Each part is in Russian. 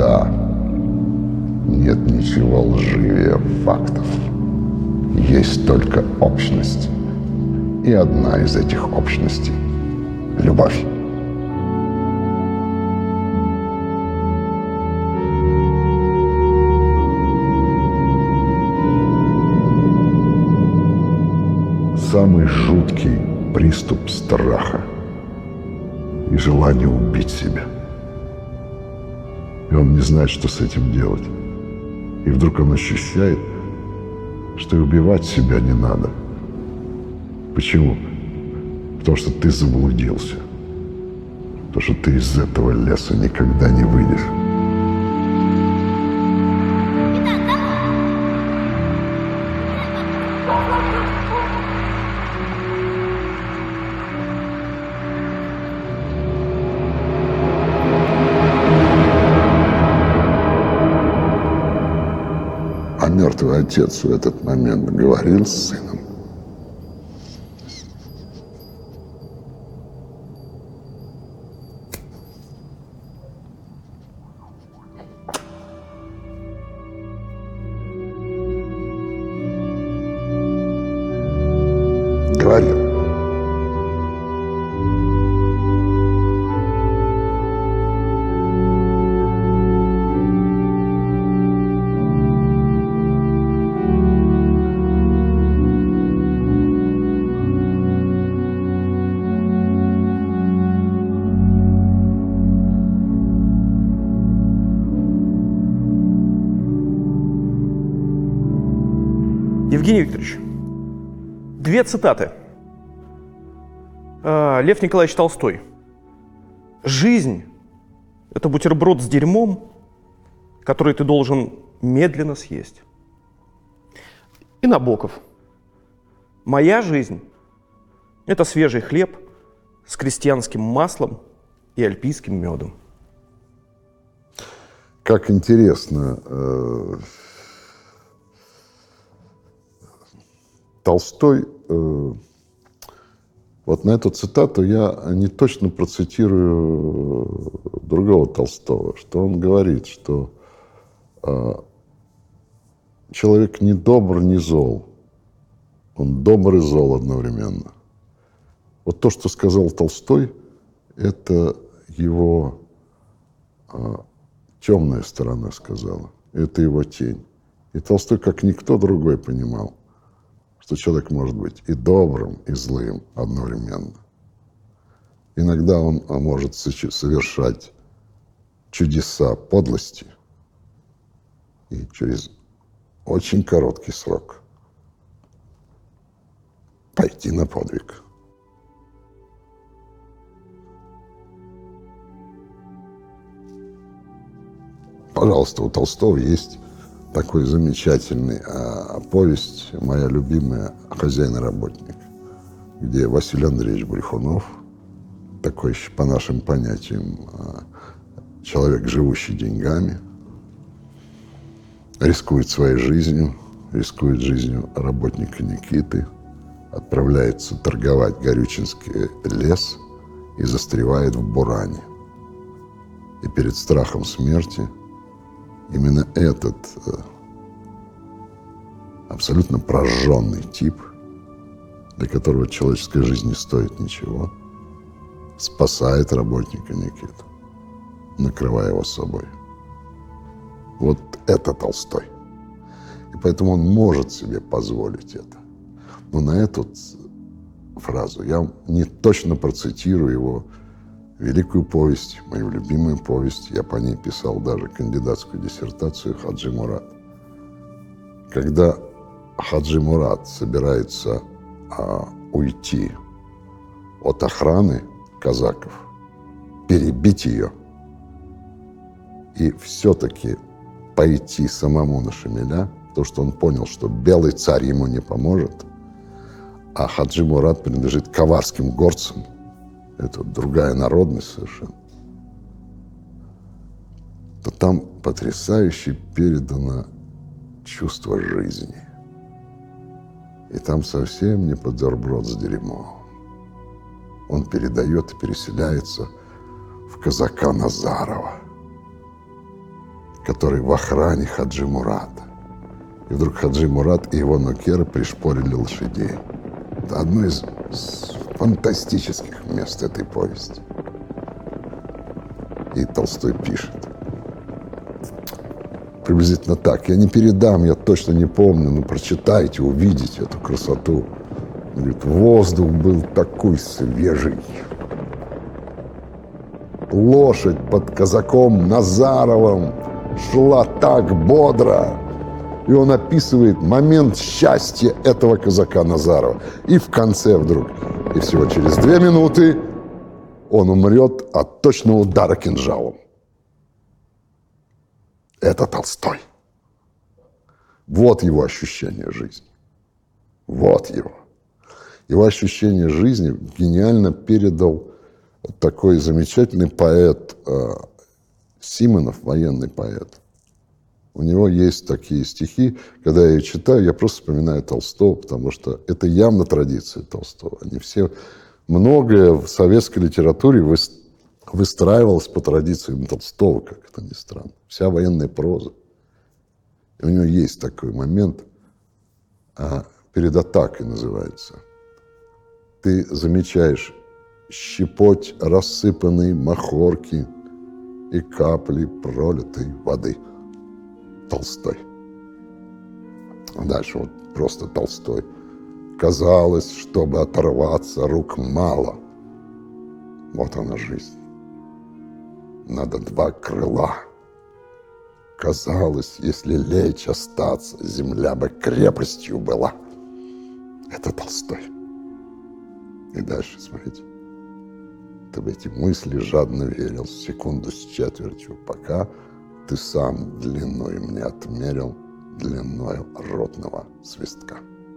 Да, нет ничего лживее фактов. Есть только общность. И одна из этих общностей – любовь. Самый жуткий приступ страха и желание убить себя. И он не знает, что с этим делать. И вдруг он ощущает, что и убивать себя не надо. Почему? Потому что ты заблудился. Потому что ты из этого леса никогда не выйдешь. А мертвый отец в этот момент говорил с сыном. Говорил. Евгений Викторович, две цитаты. Лев Николаевич Толстой. «Жизнь – это бутерброд с дерьмом, который ты должен медленно съесть». И Набоков. «Моя жизнь – это свежий хлеб с крестьянским маслом и альпийским медом». Как интересно. Толстой, вот на эту цитату я не точно процитирую другого Толстого, что он говорит, что человек не добр, не зол. Он добр и зол одновременно. Вот то, что сказал Толстой, это его темная сторона сказала. Это его тень. И Толстой, как никто другой, понимал, что человек может быть и добрым, и злым одновременно. Иногда он может совершать чудеса подлости и через очень короткий срок пойти на подвиг. Пожалуйста, у Толстого есть такой замечательный повесть, моя любимая, «Хозяин и работник», где Василий Андреевич Брехунов, такой, по нашим понятиям, человек, живущий деньгами, рискует своей жизнью, рискует жизнью работника Никиты, отправляется торговать Горючинский лес и застревает в буране. И перед страхом смерти именно этот абсолютно прожженный тип, для которого человеческая жизнь не стоит ничего, спасает работника Никиту, накрывая его собой. Вот это Толстой. И поэтому он может себе позволить это. Но на эту фразу я не точно процитирую его великую повесть, мою любимую повесть. Я по ней писал даже кандидатскую диссертацию «Хаджи Мурат». Когда Хаджи Мурат собирается уйти от охраны казаков, перебить ее и все-таки пойти самому на Шамиля, потому что он понял, что белый царь ему не поможет, а Хаджи Мурат принадлежит коварским горцам. Это другая народность совершенно. То там потрясающе передано чувство жизни. И там совсем не бутерброд с дерьмом. Он передает и переселяется в казака Назарова. который в охране Хаджи Мурата. И вдруг Хаджи Мурат и его нокеры пришпорили лошадей. Это одно из фантастических мест этой повести. И Толстой пишет. Приблизительно так. Я не передам, я точно не помню, но прочитайте, увидите эту красоту. Он говорит, воздух был такой свежий. Лошадь под казаком Назаровым шла так бодро. И он описывает момент счастья этого казака Назарова. И в конце вдруг, и всего через 2 минуты, он умрет от точного удара кинжалом. Это Толстой. Вот его ощущение жизни. Вот его. Его ощущение жизни гениально передал такой замечательный поэт Симонов, военный поэт. У него есть такие стихи, когда я их читаю, я просто вспоминаю Толстого, потому что это явно традиция Толстого. Они все, многое в советской литературе выстраивалось по традициям Толстого, как это ни странно. Вся военная проза. И у него есть такой момент, перед атакой называется. Ты замечаешь щепоть рассыпанной махорки и капли пролитой воды. Толстой. Дальше вот просто Толстой. Казалось, чтобы оторваться, рук мало. Вот она жизнь. Надо 2 крыла. Казалось, если лечь остаться, земля бы крепостью была. Это Толстой. И дальше, смотрите. Ты в эти мысли жадно верил секунду с четвертью, пока ты сам длиною мне отмерил длиною ротного свистка.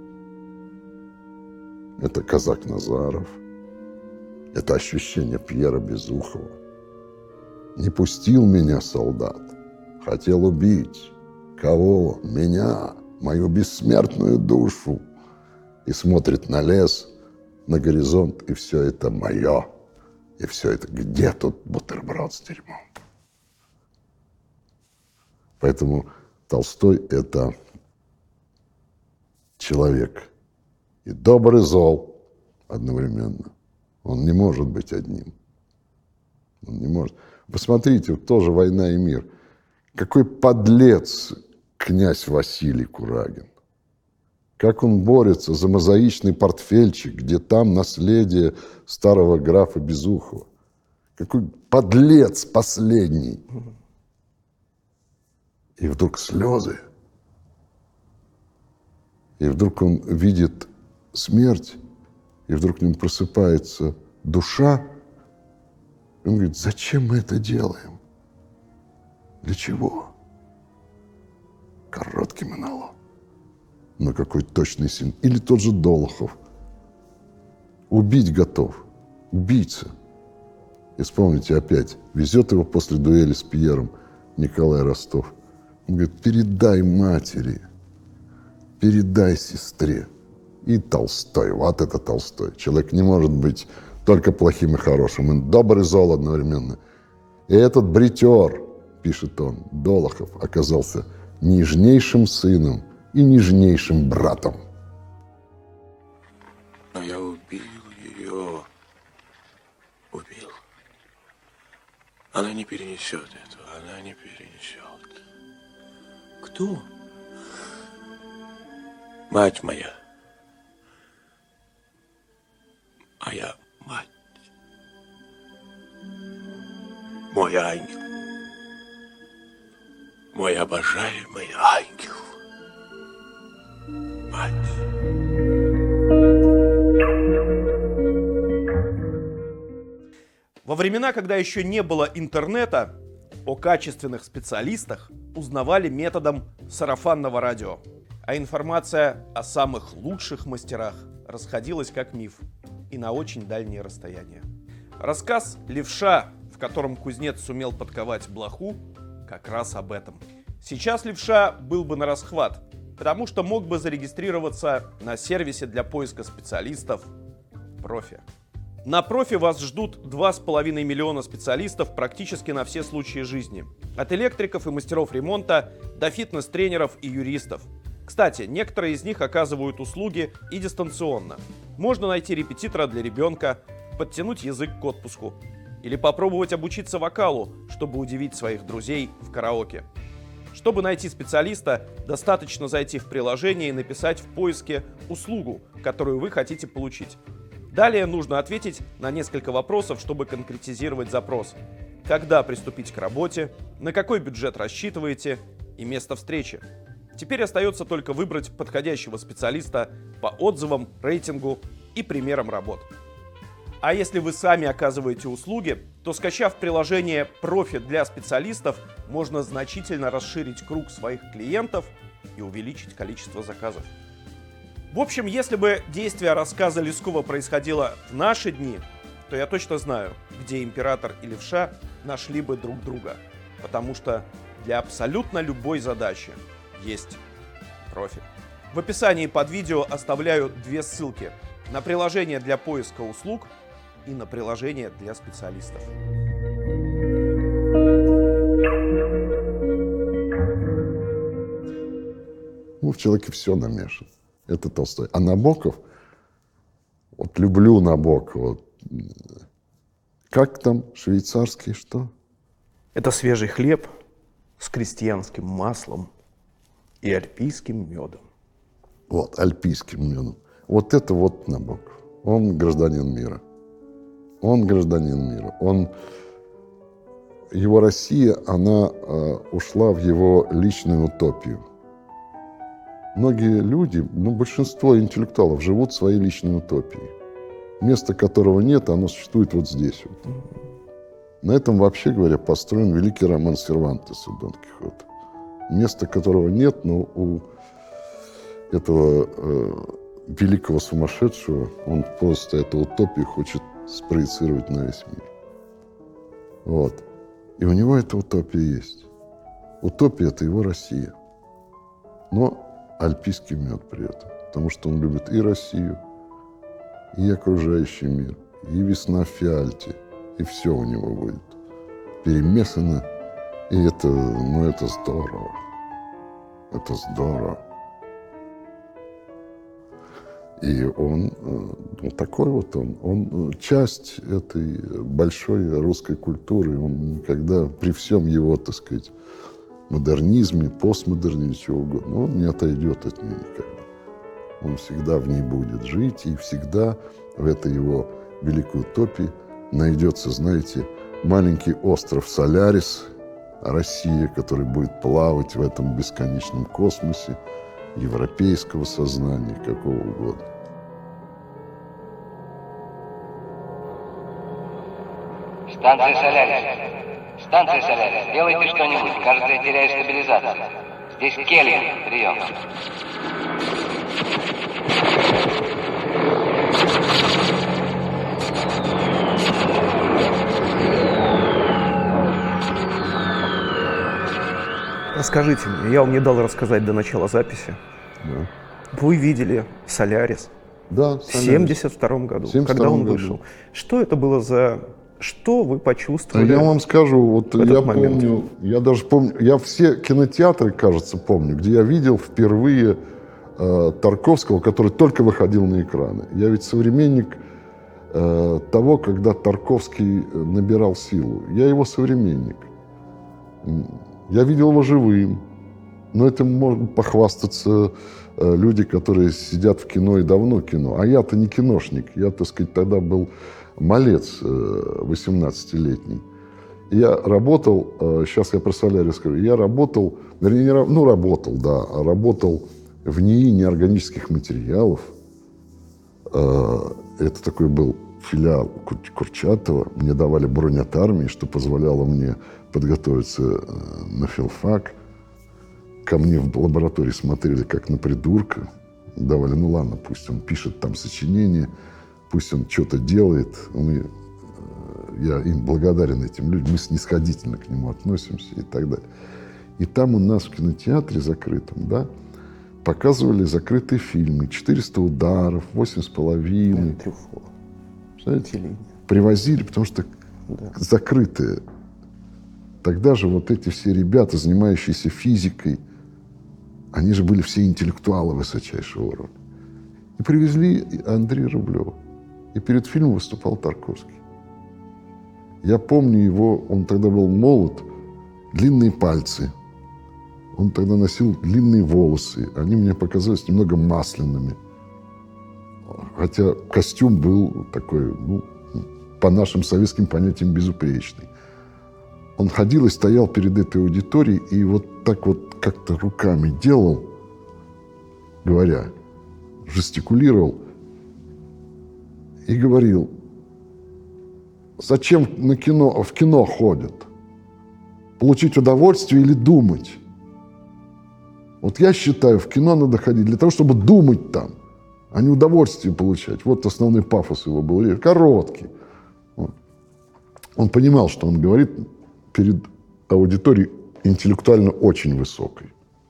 Это казак Назаров. Это ощущение Пьера Безухова. Не пустил меня солдат. Хотел убить. Кого? Меня, мою бессмертную душу. И смотрит на лес, на горизонт, и все это мое. И все это, где тут бутерброд с дерьмом? Поэтому Толстой – это человек и добр, и зол одновременно. Он не может быть одним. Он не может. Посмотрите, вот тоже «Война и мир». Какой подлец князь Василий Курагин. Как он борется за мозаичный портфельчик, где там наследие старого графа Безухова. Какой подлец последний. И вдруг слезы. И вдруг он видит смерть. И вдруг в нем просыпается душа. И он говорит, зачем мы это делаем? Для чего? Короткий монолог. Но какой точный сын. Или тот же Долохов. Убить готов. Убийца. И вспомните опять. Везет его после дуэли с Пьером Николай Ростов. Он говорит, передай матери. Передай сестре. И Толстой. Вот это Толстой. Человек не может быть только плохим и хорошим. Он добр и зол одновременно. И этот бритер, пишет он, Долохов, оказался нежнейшим сыном и нежнейшим братом. Но я убил ее. Убил. Она не перенесет этого. Она не перенесет. Кто? Мать моя. Моя мать. Мой ангел. Мой обожаемый ангел. Мать. Во времена, когда еще не было интернета, о качественных специалистах узнавали методом сарафанного радио, а информация о самых лучших мастерах расходилась как миф и на очень дальние расстояния. Рассказ «Левша», в котором кузнец сумел подковать блоху, как раз об этом. Сейчас левша был бы на расхват, потому что мог бы зарегистрироваться на сервисе для поиска специалистов «Профи». На профи вас ждут 2,5 миллиона специалистов практически на все случаи жизни. От электриков и мастеров ремонта до фитнес-тренеров и юристов. Кстати, некоторые из них оказывают услуги и дистанционно. Можно найти репетитора для ребенка, подтянуть язык к отпуску. Или попробовать обучиться вокалу, чтобы удивить своих друзей в караоке. Чтобы найти специалиста, достаточно зайти в приложение и написать в поиске услугу, которую вы хотите получить. Далее нужно ответить на несколько вопросов, чтобы конкретизировать запрос. Когда приступить к работе, на какой бюджет рассчитываете и место встречи. Теперь остается только выбрать подходящего специалиста по отзывам, рейтингу и примерам работ. А если вы сами оказываете услуги, то, скачав приложение «Профи» для специалистов, можно значительно расширить круг своих клиентов и увеличить количество заказов. В общем, если бы действие рассказа Лескова происходило в наши дни, то я точно знаю, где император и левша нашли бы друг друга. Потому что для абсолютно любой задачи есть профи. В описании под видео оставляю 2 ссылки на приложение для поиска услуг и на приложение для специалистов. В человеке все намешано. Это Толстой. А Набоков, вот люблю Набокова. Как там швейцарский что? Это свежий хлеб с крестьянским маслом и альпийским медом. Вот, альпийским медом. Вот это вот Набоков. Он гражданин мира. Он гражданин мира. Его Россия, она ушла в его личную утопию. Многие люди, большинство интеллектуалов живут в своей личной утопии. Место которого нет, оно существует вот здесь. Вот. На этом, вообще говоря, построен великий роман Сервантеса «Дон Кихот». Место которого нет, но у этого великого сумасшедшего, он просто эту утопию хочет спроецировать на весь мир. Вот. И у него эта утопия есть. Утопия – это его Россия. Но альпийский мед при этом. Потому что он любит и Россию, и окружающий мир, и весна в Фиальте. И все у него будет перемешано. И это здорово. Это здорово. И он такой вот он часть этой большой русской культуры. Он никогда, при всем его, так сказать, модернизме, постмодернизме, чего угодно, он не отойдет от нее никогда. Он всегда в ней будет жить, и всегда в этой его великой утопии найдется, знаете, маленький остров Солярис, Россия, который будет плавать в этом бесконечном космосе европейского сознания, какого угодно. Станция Солярис. Станция Солярис. Делайте что-нибудь. Кажется, я теряю стабилизацию. Здесь Келлин. Прием. Расскажите мне, я вам не дал рассказать до начала записи. Да. Вы видели «Солярис» Да, в 1972 году, когда он вышел. Что это было за... Что вы почувствовали? Я вам скажу, вот я момент? помню, я даже помню, я все кинотеатры, кажется, помню, где я видел впервые Тарковского, который только выходил на экраны. Я ведь современник того, когда Тарковский набирал силу. Я его современник. Я видел его живым. Но этим можно похвастаться люди, которые сидят в кино и давно кино. А я-то не киношник. Я, так сказать, тогда был малец 18-летний. Я работал, сейчас я про «Солярис» скажу, я работал, вернее, работал в НИИ неорганических материалов. Это такой был филиал Курчатова. Мне давали бронь от армии, что позволяло мне подготовиться на филфак. Ко мне в лаборатории смотрели как на придурка. Давали, ну ладно, пусть он пишет там сочинение, пусть он что-то делает. Я им благодарен, этим людям. Мы снисходительно к нему относимся и так далее. И там у нас в кинотеатре закрытом, да, показывали закрытые фильмы. «400 ударов», «8,5». Знаете, привозили, потому что закрытые. Тогда же вот эти все ребята, занимающиеся физикой, они же были все интеллектуалы высочайшего уровня. И привезли Андрея Рублева. И перед фильмом выступал Тарковский. Я помню его, он тогда был молод, длинные пальцы. Он тогда носил длинные волосы. Они мне показались немного масляными. Хотя костюм был такой, ну, по нашим советским понятиям, безупречный. Он ходил и стоял перед этой аудиторией и вот так вот как-то руками делал, говоря, жестикулировал и говорил: зачем в кино ходят? Получить удовольствие или думать? Вот я считаю, в кино надо ходить для того, чтобы думать там, а не удовольствие получать. Вот основной пафос его был, короткий. Вот. Он понимал, что он говорит перед аудиторией интеллектуально очень высокой.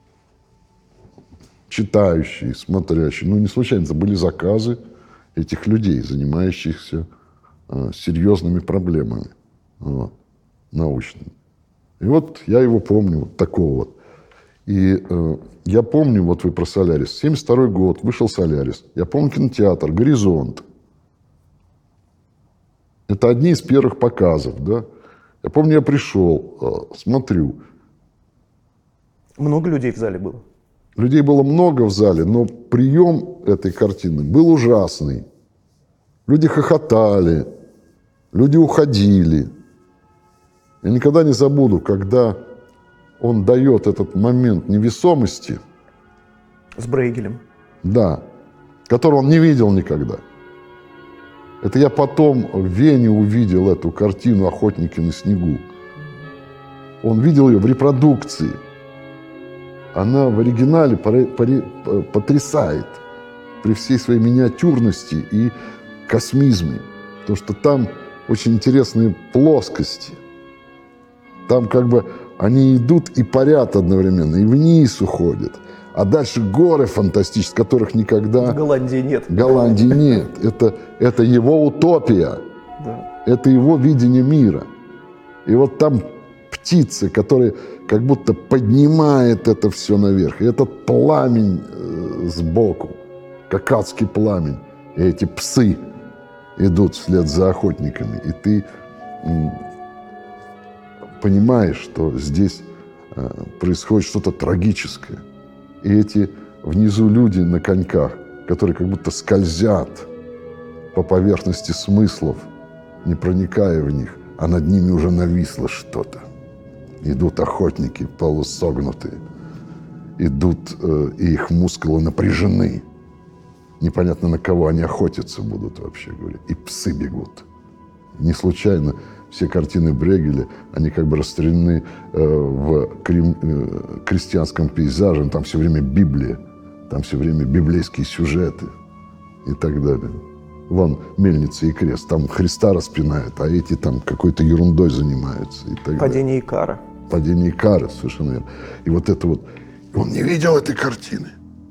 Читающие, смотрящие. Ну, не случайно, это были заказы этих людей, занимающихся серьезными проблемами научными. И вот я его помню, вот такого вот. И я помню, вот вы про «Солярис», 1972 год, вышел «Солярис». Я помню кинотеатр «Горизонт». Это одни из первых показов, да. Я помню, я пришел, смотрю. Много людей в зале было? Людей было много в зале, но прием этой картины был ужасный. Люди хохотали, люди уходили. Я никогда не забуду, когда он дает этот момент невесомости. С Брейгелем. Да, которого он не видел никогда. Это я потом в Вене увидел эту картину «Охотники на снегу». Он видел ее в репродукции. Она в оригинале потрясает при всей своей миниатюрности и космизме. Потому что там очень интересные плоскости. Там как бы они идут и парят одновременно, и вниз уходят. А дальше горы фантастические, которых никогда... В Голландии нет. В Голландии нет. Это его утопия. Да. Это его видение мира. И вот там птицы, которые как будто поднимает это все наверх. И этот пламень сбоку, как адский пламень. И эти псы идут вслед за охотниками. И ты понимаешь, что здесь происходит что-то трагическое. И эти внизу люди на коньках, которые как будто скользят по поверхности смыслов, не проникая в них, а над ними уже нависло что-то. Идут охотники полусогнутые, идут, и их мускулы напряжены. Непонятно, на кого они охотиться будут, вообще говоря. И псы бегут. Не случайно все картины Брейгеля, они как бы растрены в крестьянском пейзаже. Там все время Библия, там все время библейские сюжеты и так далее. Вон «Мельница и крест», там Христа распинают, а эти там какой-то ерундой занимаются. И так «Падение Икара». «Падение Икара», совершенно верно. И вот это вот... Он не видел этой картины.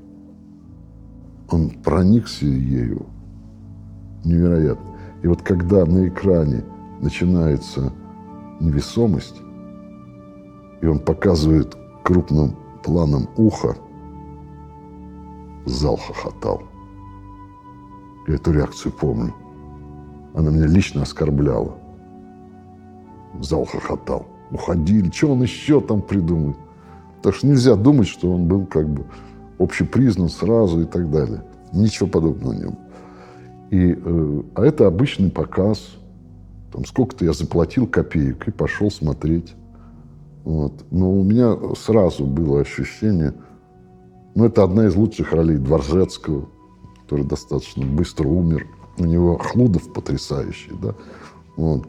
Он проникся ею невероятно. И вот когда на экране начинается невесомость, и он показывает крупным планом ухо, зал хохотал. Я эту реакцию помню. Она меня лично оскорбляла. Зал хохотал. Уходили. Что он еще там придумает? Так что нельзя думать, что он был как бы общепризнан сразу и так далее. Ничего подобного не было. А это обычный показ. Там сколько-то я заплатил копеек и пошел смотреть. Вот. Но у меня сразу было ощущение, это одна из лучших ролей Дворжецкого, который достаточно быстро умер. У него Хлудов потрясающий, да. Вот.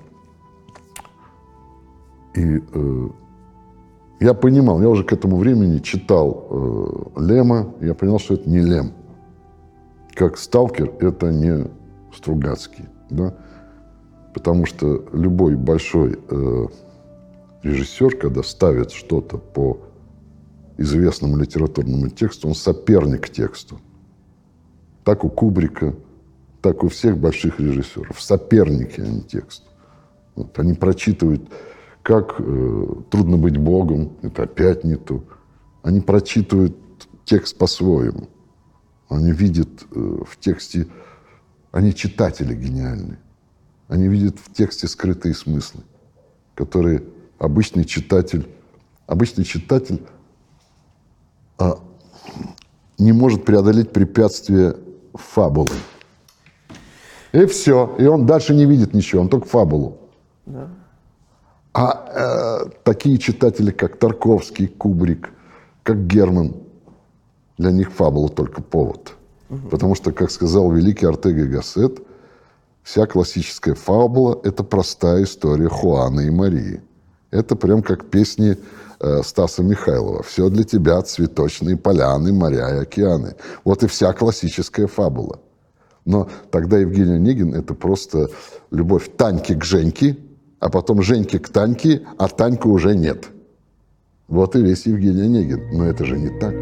И я понимал, я уже к этому времени читал Лема, я понял, что это не Лем. Как «Сталкер» — это не Стругацкий, да. Потому что любой большой режиссер, когда ставит что-то по известному литературному тексту, он соперник тексту. Так у Кубрика, так у всех больших режиссеров. Соперники, а не текст. Вот, они прочитывают, как «Трудно быть Богом», это опять не то. Они прочитывают текст по-своему. Они видят в тексте, они читатели гениальные. Они видят в тексте скрытые смыслы, которые обычный читатель не может преодолеть препятствие фабулы. И все. И он дальше не видит ничего, он только фабулу. Да. Такие читатели, как Тарковский, Кубрик, как Герман, для них фабула только повод. Потому что, как сказал великий Ортега и Гассет, вся классическая фабула – это простая история Хуана и Марии. Это прям как песни Стаса Михайлова. «Все для тебя, цветочные поляны, моря и океаны». Вот и вся классическая фабула. Но тогда Евгений Онегин – это просто любовь Таньки к Женьке, а потом Женьки к Таньке, а Танька уже нет. Вот и весь Евгений Онегин. Но это же не так.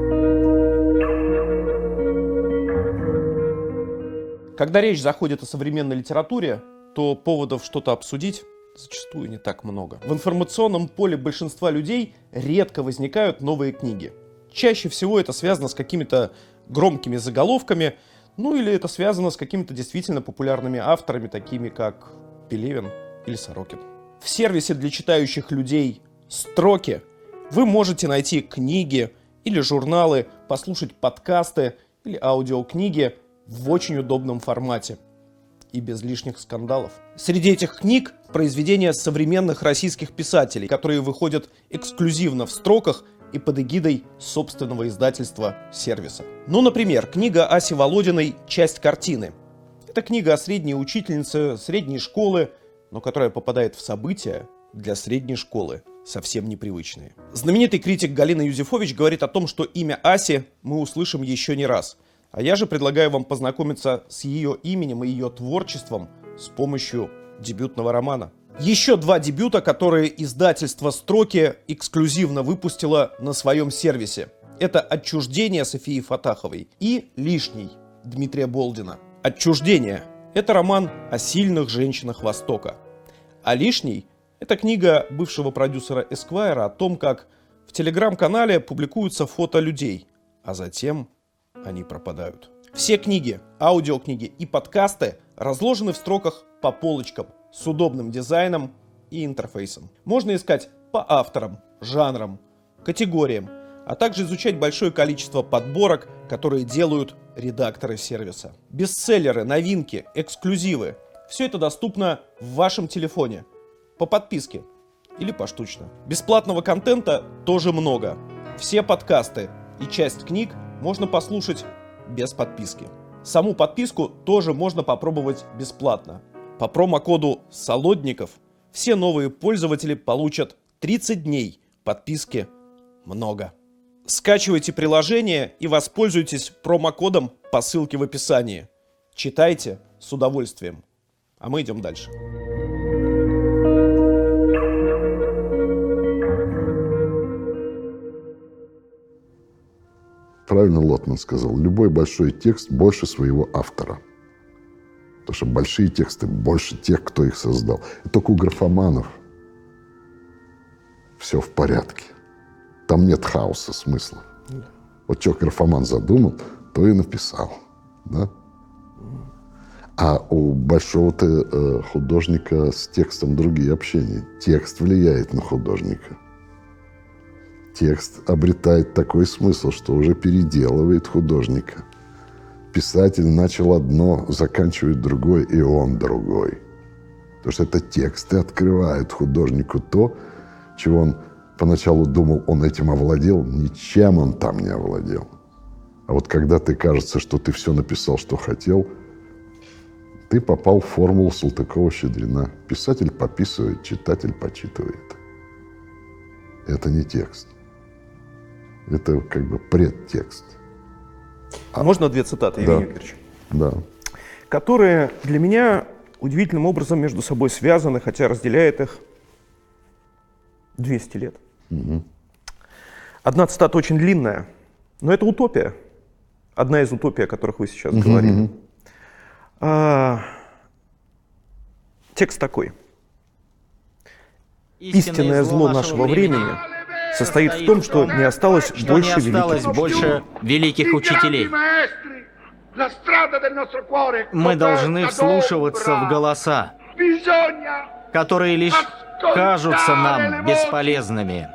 Когда речь заходит о современной литературе, то поводов что-то обсудить зачастую не так много. В информационном поле большинства людей редко возникают новые книги. Чаще всего это связано с какими-то громкими заголовками, ну или это связано с какими-то действительно популярными авторами, такими как Пелевин или Сорокин. В сервисе для читающих людей «Строки» вы можете найти книги или журналы, послушать подкасты или аудиокниги в очень удобном формате и без лишних скандалов. Среди этих книг произведения современных российских писателей, которые выходят эксклюзивно в «Строках» и под эгидой собственного издательства сервиса. Ну, например, книга Аси Володиной «Часть картины». Это книга о средней учительнице средней школы, но которая попадает в события для средней школы совсем непривычные. Знаменитый критик Галина Юзефович говорит о том, что имя Аси мы услышим еще не раз. А я же предлагаю вам познакомиться с ее именем и ее творчеством с помощью дебютного романа. Еще два дебюта, которые издательство «Строки» эксклюзивно выпустило на своем сервисе. Это «Отчуждение» Софии Фатаховой и «Лишний» Дмитрия Болдина. «Отчуждение» — это роман о сильных женщинах Востока. А «Лишний» — это книга бывшего продюсера Esquire о том, как в телеграм-канале публикуются фото людей, а затем они пропадают. Все книги, аудиокниги и подкасты разложены в строках по полочкам с удобным дизайном и интерфейсом. Можно искать по авторам, жанрам, категориям, а также изучать большое количество подборок, которые делают редакторы сервиса. Бестселлеры, новинки, эксклюзивы – все это доступно в вашем телефоне по подписке или поштучно. Бесплатного контента тоже много. Все подкасты и часть книг можно послушать без подписки. Саму подписку тоже можно попробовать бесплатно. По промокоду «Солодников» все новые пользователи получат 30 дней подписки «Много». Скачивайте приложение и воспользуйтесь промокодом по ссылке в описании. Читайте с удовольствием. А мы идем дальше. Правильно Лотман сказал, любой большой текст больше своего автора. Потому что большие тексты больше тех, кто их создал. И только у графоманов все в порядке. Там нет хаоса, смысла. Вот что графоман задумал, то и написал. Да? А у большого-то художника с текстом другие общения. Текст влияет на художника. Текст обретает такой смысл, что уже переделывает художника. Писатель начал одно, заканчивает другое, и он другой. Потому что это тексты открывают художнику то, чего он поначалу думал, он этим овладел, ничем он там не овладел. А вот когда ты кажется, что ты все написал, что хотел, ты попал в формулу Салтыкова-Щедрина. Писатель пописывает, читатель почитывает. Это не текст. Это как бы предтекст. Можно две цитаты, Евгений Викторович? Да. Которые для меня удивительным образом между собой связаны, хотя разделяет их 200 лет. Угу. Одна цитата очень длинная, но это утопия. Одна из утопий, о которых вы сейчас говорили. Текст такой. Истинное зло нашего времени состоит в том, что не осталось больше великих учителей. Мы должны вслушиваться в голоса, которые лишь кажутся нам бесполезными.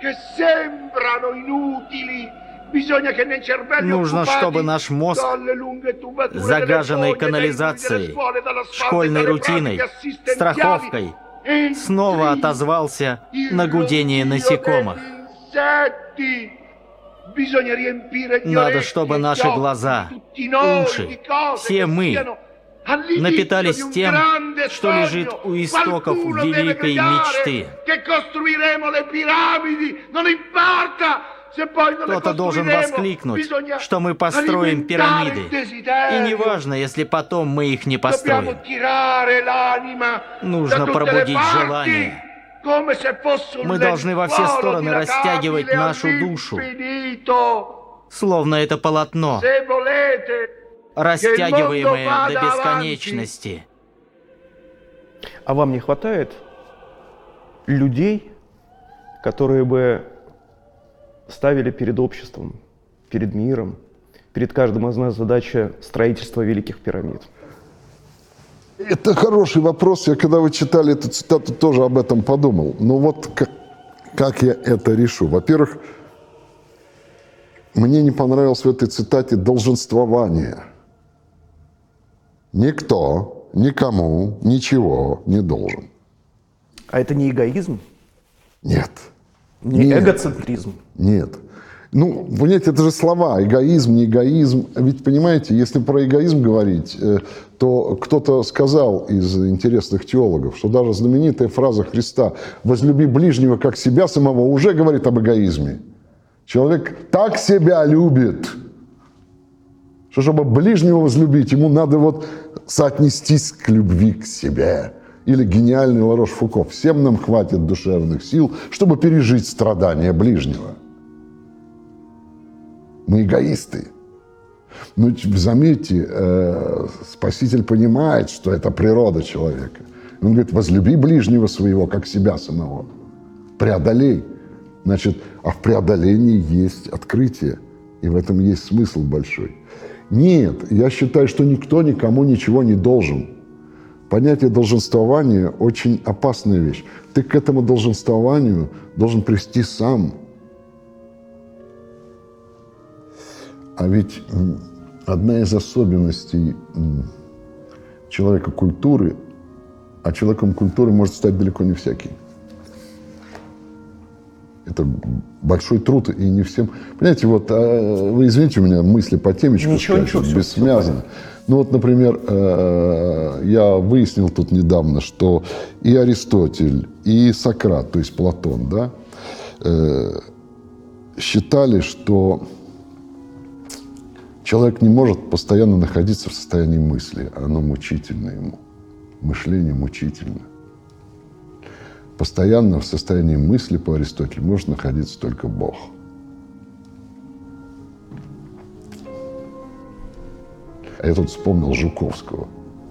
Нужно, чтобы наш мозг, загаженный канализацией, школьной рутиной, страховкой, снова отозвался на гудение насекомых. Надо, чтобы наши глаза, уши, все мы напитались тем, что лежит у истоков великой мечты. Кто-то должен воскликнуть, что мы построим пирамиды. И неважно, если потом мы их не построим. Нужно пробудить желание. Мы должны во все стороны растягивать нашу душу, словно это полотно, растягиваемое до бесконечности. А вам не хватает людей, которые бы ставили перед обществом, перед миром, перед каждым из нас задача строительства великих пирамид? Это хороший вопрос. Я, когда вы читали эту цитату, тоже об этом подумал. Но вот как я это решу? Во-первых, мне не понравилось в этой цитате долженствование. Никто, никому, ничего не должен. А это не эгоизм? Нет. Не Нет. эгоцентризм? Нет. Ну, понимаете, это же слова. Эгоизм, не эгоизм. Ведь, понимаете, если про эгоизм говорить, то кто-то сказал из интересных теологов, что даже знаменитая фраза Христа «возлюби ближнего, как себя самого» уже говорит об эгоизме. Человек так себя любит, что чтобы ближнего возлюбить, ему надо вот соотнестись к любви к себе. Или гениальный Ларош Фуко: всем нам хватит душевных сил, чтобы пережить страдания ближнего. Мы эгоисты. Но заметьте, Спаситель понимает, что это природа человека. Он говорит: возлюби ближнего своего, как себя самого. Преодолей. Значит, а в преодолении есть открытие. И в этом есть смысл большой. Нет, я считаю, что никто никому ничего не должен. Понятие долженствования – очень опасная вещь. Ты к этому долженствованию должен прийти сам. А ведь одна из особенностей человека культуры, а человеком культуры может стать далеко не всякий. Это большой труд, и не всем... Понимаете, вот, вы извините, у меня мысли по темечку, ничего, бессвязно. Ну вот, например, я выяснил тут недавно, что и Аристотель, и Сократ, то есть Платон, да, считали, что человек не может постоянно находиться в состоянии мысли. Оно мучительно ему. Мышление мучительно. Постоянно в состоянии мысли, по Аристотелю, может находиться только Бог. А я тут вспомнил Жуковского.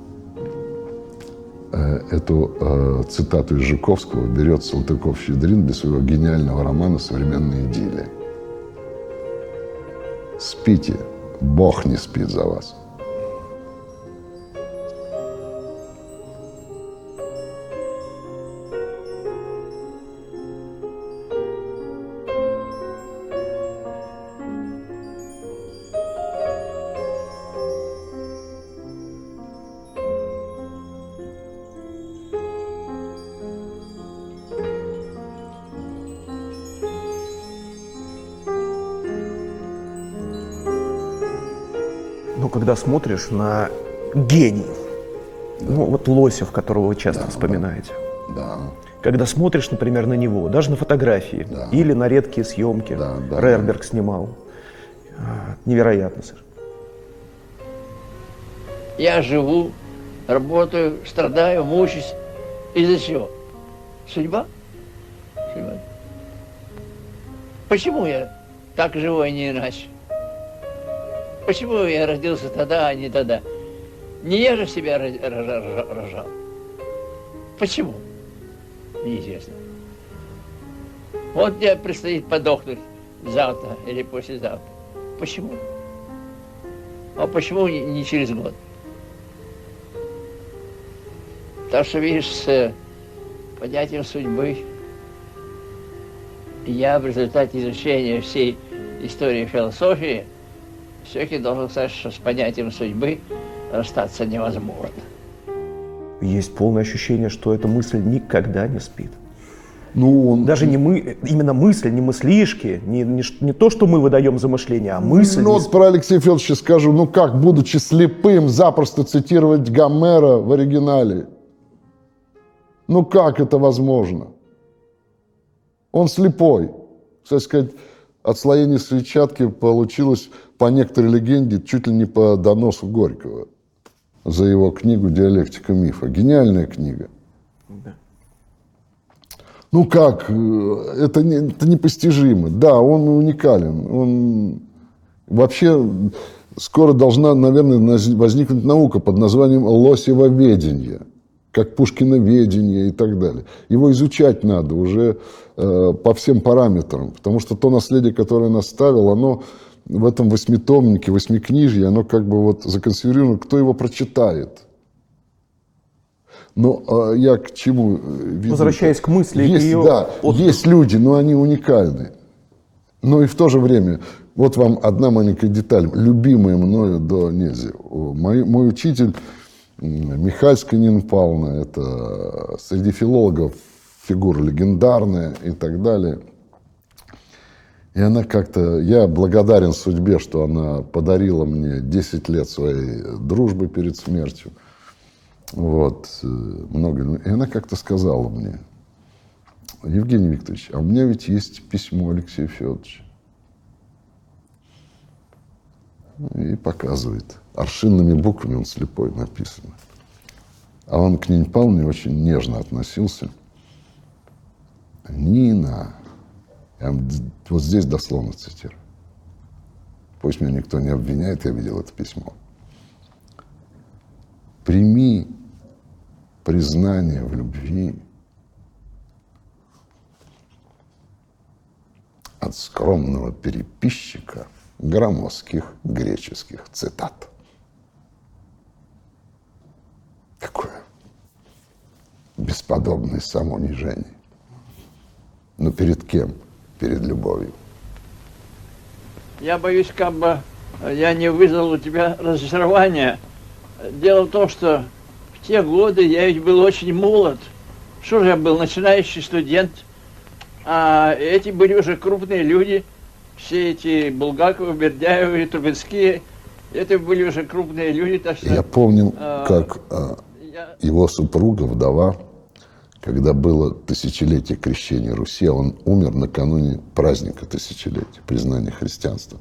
Эту цитату из Жуковского берет Салтыков-Щедрин для своего гениального романа «Современная идиллия». Спите, Бог не спит за вас. Но когда смотришь на гений, ну вот Лосев, которого вы часто вспоминаете, Да. когда смотришь, например, на него, даже на фотографии или на редкие съемки, Рерберг снимал, невероятно совершенно. Я живу, работаю, страдаю, мучаюсь. Из-за чего? Судьба? Судьба. Почему я так живу, а не иначе? Почему я родился тогда, а не тогда? Не я же себя рожал. Почему? Неизвестно. Вот мне предстоит подохнуть завтра или послезавтра. Почему? А почему не через год? Так что, видишь, с понятием судьбы я в результате изучения всей истории философии все-таки должен сказать, что с понятием судьбы расстаться невозможно. Есть полное ощущение, что эта мысль никогда не спит. Ну, он... Даже не мы, именно мысль, не мыслишки, не то, что мы выдаем за мышление, а мысль. Ну, вот про Алексея Федоровича скажу, ну как, будучи слепым, запросто цитировать Гомера в оригинале? Ну как это возможно? Он слепой. Кстати сказать, отслоение сетчатки получилось, по некоторой легенде, чуть ли не по доносу Горького за его книгу «Диалектика мифа». Гениальная книга. Да. Ну как, это непостижимо. Да, он уникален. Он вообще скоро должна, наверное, возникнуть наука под названием лосевоведение, как Пушкиноведение и так далее. Его изучать надо уже по всем параметрам, потому что то наследие, которое он оставил, оно в этом восьмитомнике, восьмикнижье, оно как бы вот законсервировано, кто его прочитает. Но я к чему веду? Возвращаясь к мысли, есть, ее... да, есть люди, но они уникальны. Но и в то же время, вот вам одна маленькая деталь, любимая мною до нельзя. Мой учитель Михальская Нина Павловна, это среди филологов фигура легендарная и так далее. И она как-то, я благодарен судьбе, что она подарила мне 10 лет своей дружбы перед смертью. Вот, много. И она как-то сказала мне: Евгений Викторович, а у меня ведь есть письмо Алексея Федоровича. И показывает. Аршинными буквами, он слепой, написано. А он к Нине Павловне очень нежно относился. Нина, я вот здесь дословно цитирую. Пусть меня никто не обвиняет, я видел это письмо. Прими признание в любви от скромного переписчика громоздких греческих цитат. Какое бесподобное самоунижение. Но перед кем? Перед любовью. Я боюсь, как бы я не вызвал у тебя разочарования. Дело в том, что в те годы я ведь был очень молод. Что же я был, начинающий студент. А эти были уже крупные люди. Все эти Булгаковы, Бердяевы, Трубецкие. Это были уже крупные люди. Так что, я помню, как его супруга, вдова, когда было тысячелетие крещения Руси, он умер накануне праздника тысячелетия, признания христианства,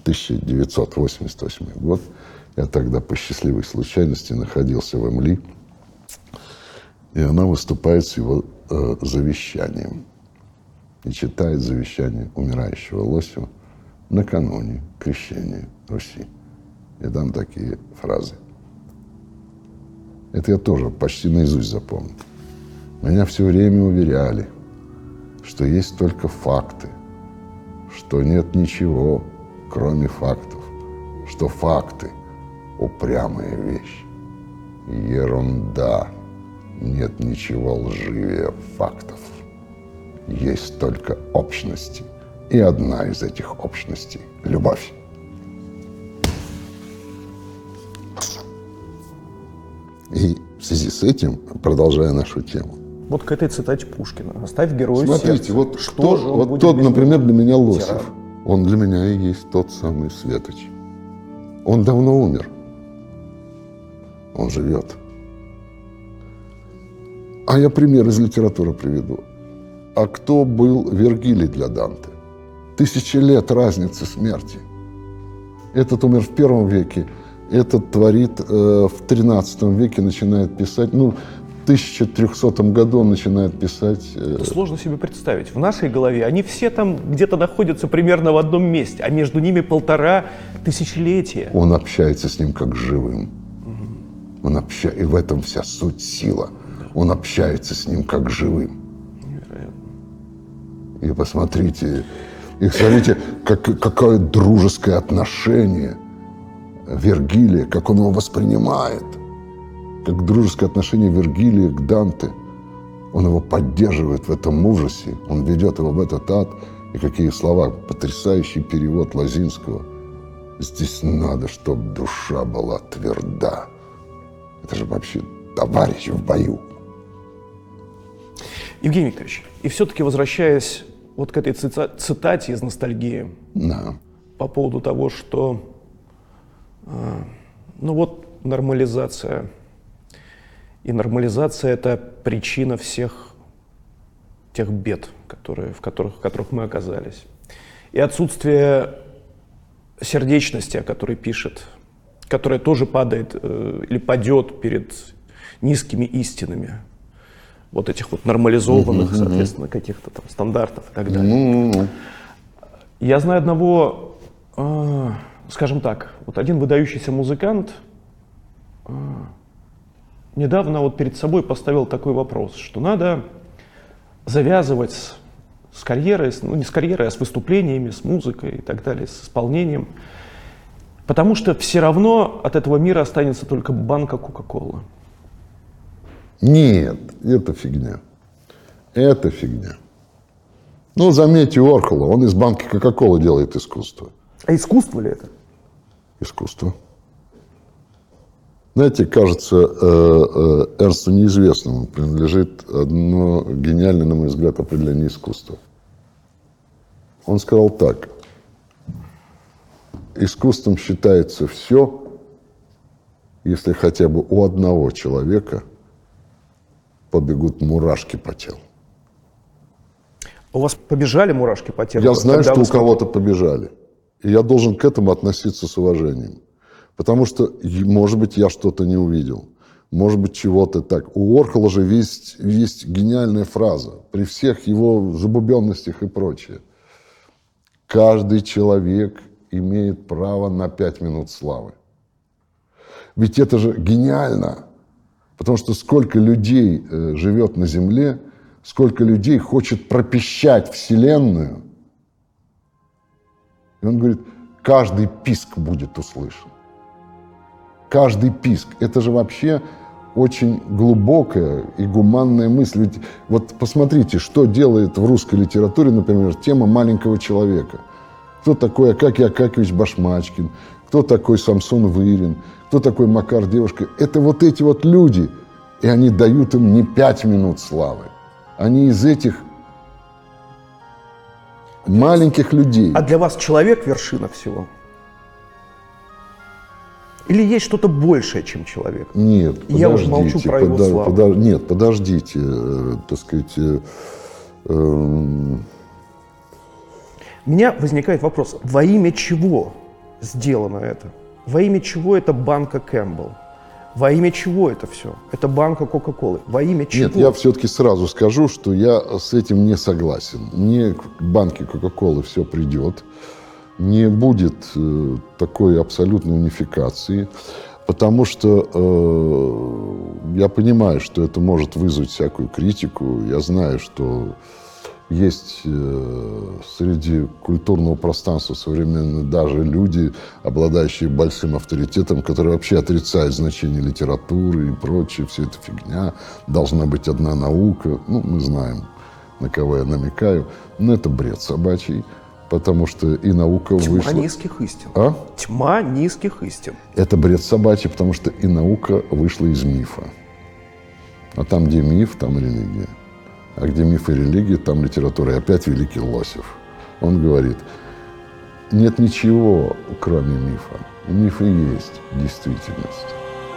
1988 год. Я тогда по счастливой случайности находился в Эмли, и она выступает с его завещанием и читает завещание умирающего Лосева накануне крещения Руси. И там такие фразы. Это я тоже почти наизусть запомнил. Меня все время уверяли, что есть только факты, что нет ничего, кроме фактов, что факты – упрямая вещь. Ерунда. Нет ничего лживее фактов. Есть только общности. И одна из этих общностей – любовь. И в связи с этим, продолжая нашу тему. Вот к этой цитате Пушкина. Оставь героя Смотрите, сердца. вот, Что же он вот будет тот, без например, для меня Лосев. тиран? Он для меня и есть тот самый Светоч. Он давно умер. Он живет. А я пример из литературы приведу. А кто был Вергилий для Данте? 1000 лет разницы смерти. Этот умер в 1 веке, этот творит в 13 веке, начинает писать. Ну, в 1300 году он начинает писать. Это сложно себе представить. В нашей голове они все там где-то находятся примерно в одном месте, а между ними 1500 тысячелетия. Он общается с ним как с живым. И в этом вся суть, сила. Он общается с ним как живым. И посмотрите, какое дружеское отношение Вергилия, как он его воспринимает. Как дружеское отношение Вергилия к Данте. Он его поддерживает в этом ужасе, он ведет его в этот ад. И какие слова, потрясающий перевод Лозинского. Здесь надо, чтобы душа была тверда. Это же вообще товарищ в бою. Евгений Викторович, и все-таки возвращаясь вот к этой цитате из «Ностальгии», Да. по поводу того, что, нормализация. И нормализация – это причина всех тех бед, в которых мы оказались. И отсутствие сердечности, о которой пишет, которая тоже падает или падет перед низкими истинами. Вот этих вот нормализованных, соответственно, каких-то там стандартов и так далее. Я знаю одного, скажем так, вот один выдающийся музыкант недавно вот перед собой поставил такой вопрос, что надо завязывать с карьерой, не с карьерой, а с выступлениями, с музыкой и так далее, с исполнением, потому что все равно от этого мира останется только банка Кока-Колы. Нет, это фигня. Это фигня. Ну, заметьте Уорхола, он из банки Кока-Колы делает искусство. А искусство ли это? Искусство. Знаете, кажется, Эрнсту Неизвестному принадлежит одно гениальное, на мой взгляд, определение искусства. Он сказал так: искусством считается все, если хотя бы у одного человека побегут мурашки по телу. У вас побежали мурашки по телу? Я знаю, что у кого-то побежали. И я должен к этому относиться с уважением. Потому что, может быть, я что-то не увидел. Может быть, чего-то так. У Уорхола же есть гениальная фраза. При всех его забубенностях и прочее. Каждый человек имеет право на 5 минут славы. Ведь это же гениально. Потому что сколько людей живет на Земле, сколько людей хочет пропищать Вселенную. И он говорит, каждый писк будет услышан. Каждый писк. Это же вообще очень глубокая и гуманная мысль. Ведь вот посмотрите, что делает в русской литературе, например, тема маленького человека. Кто такой Акакий Акакевич Башмачкин, кто такой Самсон Вырин, кто такой Макар Девушка. Это вот эти вот люди. И они дают им не 5 минут славы. Они из этих маленьких людей. А для вас человек вершина всего? Или есть что-то большее, чем человек? Нет, подождите. Я уже молчу про его славу. Нет, подождите, так сказать. У меня возникает вопрос, во имя чего сделано это? Во имя чего это банка Кэмпбелл? Во имя чего это все? Это банка Кока-Колы. Во имя чего? Нет, я все-таки сразу скажу, что я с этим не согласен. Не к банке Кока-Колы все придет. Не будет такой абсолютной унификации, потому что я понимаю, что это может вызвать всякую критику. Я знаю, что есть среди культурного пространства современного даже люди, обладающие большим авторитетом, которые вообще отрицают значение литературы и прочее. Все это фигня. Должна быть одна наука. Ну, мы знаем, на кого я намекаю. Но это бред собачий. Потому что и наука вышла... Тьма низких истин. А? Тьма низких истин. Это бред собачий, потому что и наука вышла из мифа. А там, где миф, там религия. А где миф и религия, там литература. И опять великий Лосев. Он говорит, нет ничего, кроме мифа. Миф и есть действительность.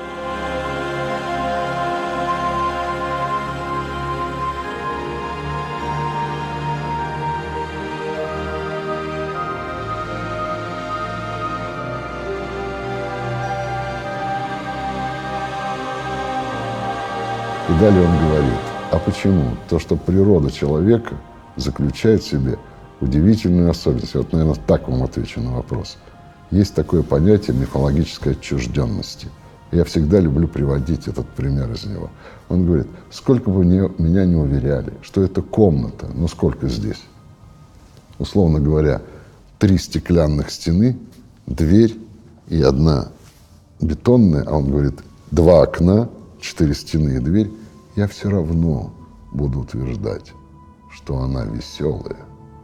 И далее он говорит, а почему? То, что природа человека заключает в себе удивительную особенность. Вот, наверное, так вам отвечу на вопрос. Есть такое понятие мифологической отчужденности. Я всегда люблю приводить этот пример из него. Он говорит, сколько бы меня не уверяли, что это комната, ну сколько здесь? Условно говоря, 3 стеклянных стены, дверь и 1 бетонная, а он говорит, 2 окна, 4 стены и дверь. Я все равно буду утверждать, что она веселая.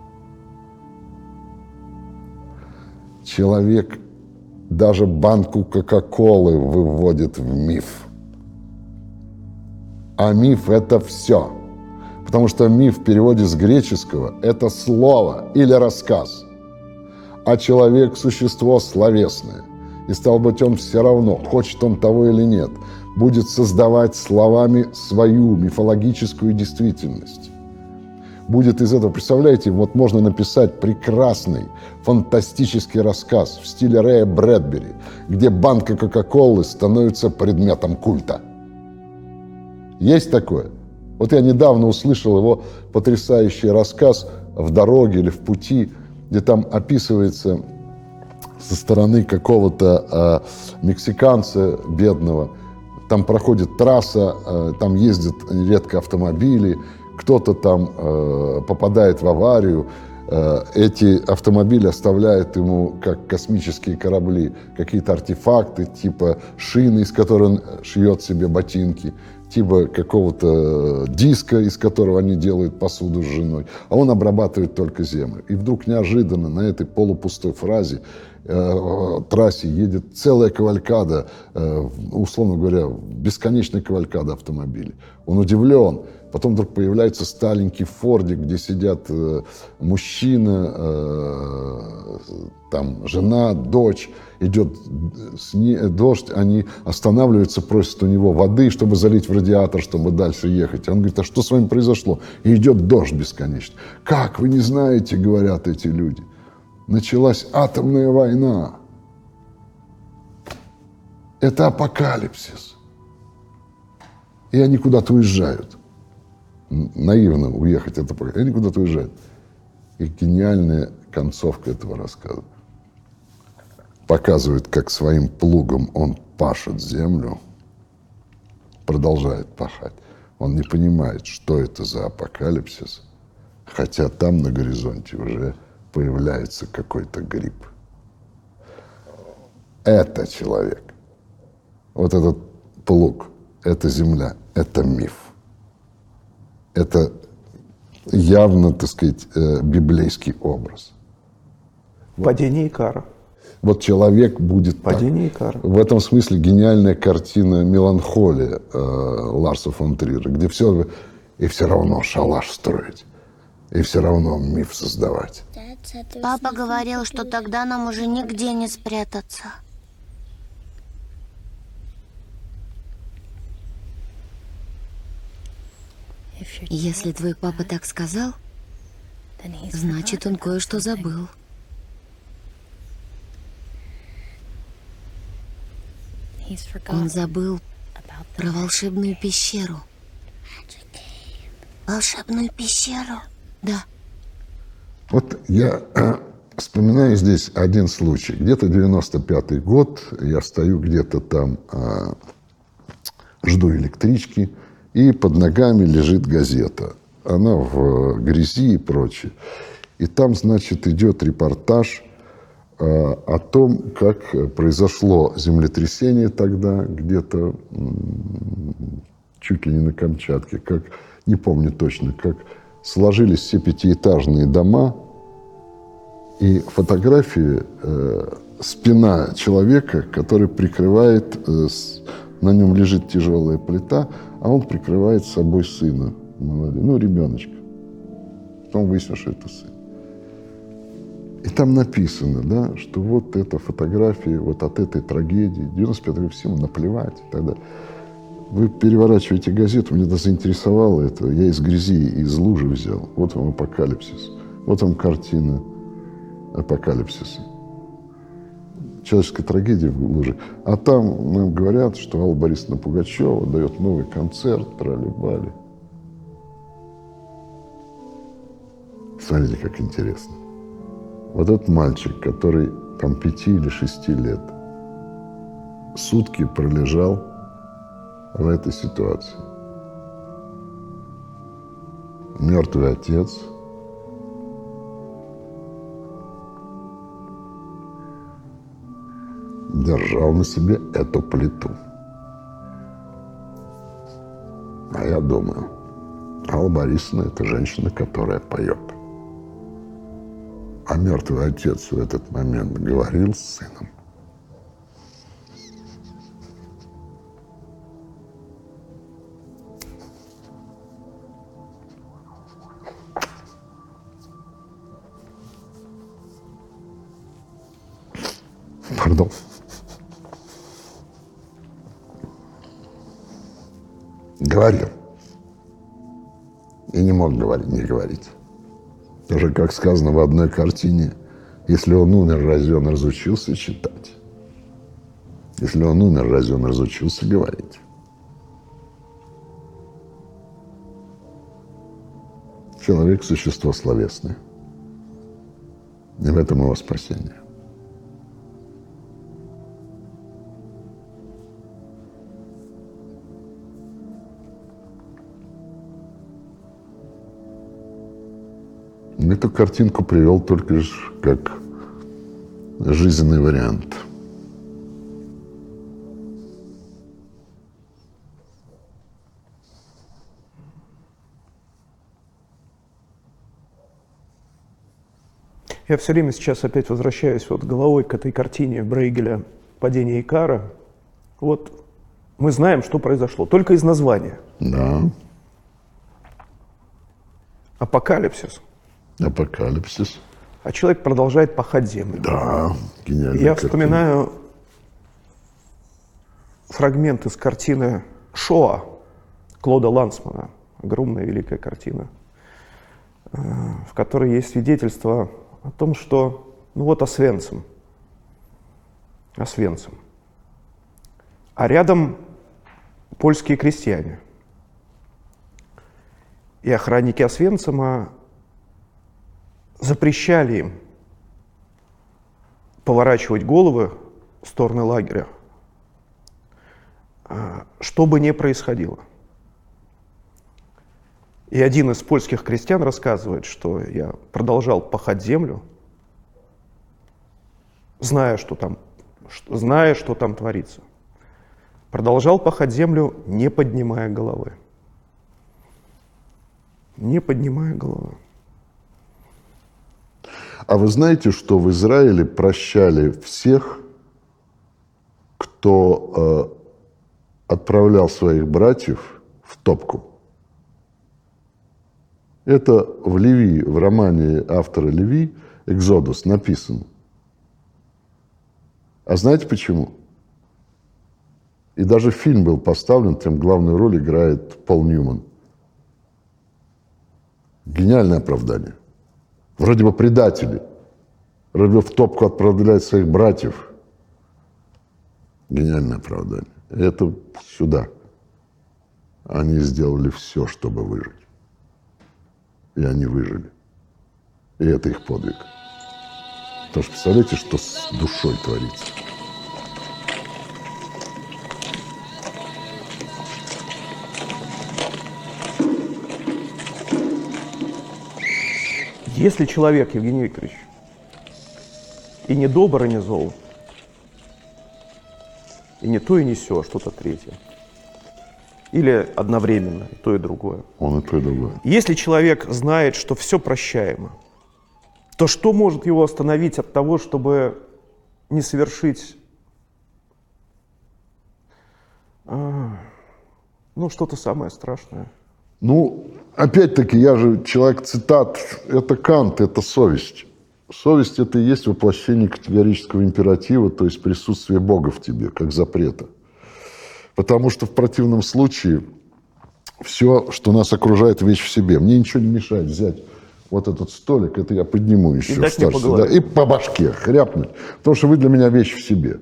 Человек даже банку Кока-Колы выводит в миф. А миф – это все. Потому что миф в переводе с греческого – это слово или рассказ. А человек – существо словесное. И, стало быть, он все равно, хочет он того или нет, будет создавать словами свою мифологическую действительность. Будет из этого, представляете, вот можно написать прекрасный, фантастический рассказ в стиле Рэя Брэдбери, где банка Кока-Колы становится предметом культа. Есть такое? Вот я недавно услышал его потрясающий рассказ «В дороге» или «В пути», где там описывается со стороны какого-то мексиканца бедного. Там проходит трасса, там ездят редко автомобили, кто-то там попадает в аварию. Эти автомобили оставляют ему, как космические корабли, какие-то артефакты, типа шины, из которых он шьет себе ботинки, типа какого-то диска, из которого они делают посуду с женой, а он обрабатывает только землю. И вдруг неожиданно на этой полупустой трассе едет целая кавалькада, условно говоря, бесконечная кавалькада автомобилей. Он удивлен. Потом вдруг появляется старенький фордик, где сидят мужчина, там жена, дочь. Идет дождь, они останавливаются, просят у него воды, чтобы залить в радиатор, чтобы дальше ехать. Он говорит, а что с вами произошло? И идет дождь бесконечно. Как, вы не знаете, говорят эти люди. Началась атомная война. Это апокалипсис. И они куда-то уезжают. Наивно уехать, это апокалипсис. И они куда-то уезжают. И гениальная концовка этого рассказа показывает, как своим плугом он пашет землю, продолжает пахать. Он не понимает, что это за апокалипсис, хотя там на горизонте уже появляется какой-то гриб. Это человек. Вот этот плуг, это земля, это миф. Это явно, так сказать, библейский образ. Падение Икара. Вот человек будет Падение так. Икара. В этом смысле гениальная картина «Меланхолия» Ларса фон Триера, где все равно шалаш строить, и все равно миф создавать. Папа говорил, что тогда нам уже нигде не спрятаться. Если твой папа так сказал, значит, он кое-что забыл. Он забыл про волшебную пещеру. Волшебную пещеру? Да. Вот я вспоминаю здесь один случай. Где-то 95-й год, я стою где-то там, жду электрички, и под ногами лежит газета. Она в грязи и прочее. И там, значит, идет репортаж о том, как произошло землетрясение тогда, где-то чуть ли не на Камчатке, как, не помню точно, как сложились все пятиэтажные дома, и фотографии спина человека, который прикрывает, на нем лежит тяжелая плита, а он прикрывает собой сына, ну, ребеночка. Потом выяснилось, что это сын. И там написано, да, что вот эта фотография вот от этой трагедии, 95 год, всем наплевать и так далее. Вы переворачиваете газету, меня это заинтересовало это. Я из грязи, из лужи взял. Вот вам апокалипсис. Вот вам картина апокалипсиса. Человеческая трагедия в луже. А там нам говорят, что Алла Борисовна Пугачева дает новый концерт, трали-бали. Смотрите, как интересно. Вот этот мальчик, который там 5 или 6 лет, сутки пролежал в этой ситуации. Мертвый отец. Держал на себе эту плиту. А я думаю, Алла Борисовна – это женщина, которая поет. А мертвый отец в этот момент говорил с сыном. Пардон. Говорил. И не мог говорить, не говорить. Даже, как сказано в одной картине, если он умер, разве он разучился читать? Если он умер, разве он разучился говорить? Человек – существо словесное. И в этом его спасение. Эту картинку привел только лишь как жизненный вариант. Я все время сейчас опять возвращаюсь вот головой к этой картине Брейгеля «Падение Икара». Вот мы знаем, что произошло, только из названия. Да. Апокалипсис. Апокалипсис. А человек продолжает пахать землю. Да, гениально. Я вспоминаю фрагмент из картины «Шоа» Клода Лансмана. Огромная, великая картина, в которой есть свидетельство о том, что, ну вот Освенцим. А рядом польские крестьяне. И охранники Освенцима запрещали им поворачивать головы в сторону лагеря, что бы ни происходило. И один из польских крестьян рассказывает, что я продолжал пахать землю, зная, что там творится. Продолжал пахать землю, не поднимая головы. Не поднимая головы. А вы знаете, что в Израиле прощали всех, кто отправлял своих братьев в топку? Это в Леви, в романе автора Леви «Экзодус» написано. А знаете почему? И даже фильм был поставлен, там главную роль играет Пол Ньюман. Гениальное оправдание. Вроде бы предатели. Вроде бы в топку отправляют своих братьев. Гениальное оправдание. И это сюда. Они сделали все, чтобы выжить. И они выжили. И это их подвиг. Потому что представляете, что с душой творится. Если человек, Евгений Викторович, и не добр, и не зол, и не то, и не сё, а что-то третье, или одновременно и то, и другое. Он и то, и другое. Если человек знает, что все прощаемо, то что может его остановить от того, чтобы не совершить что-то самое страшное? Ну, опять-таки, я же человек цитат. Это Кант, это совесть. Совесть – это и есть воплощение категорического императива, то есть присутствие Бога в тебе, как запрета. Потому что в противном случае все, что нас окружает, вещь в себе. Мне ничего не мешает взять вот этот столик, это я подниму еще и дать мне по голове. Да, и по башке хряпнуть. Потому что вы для меня вещь в себе.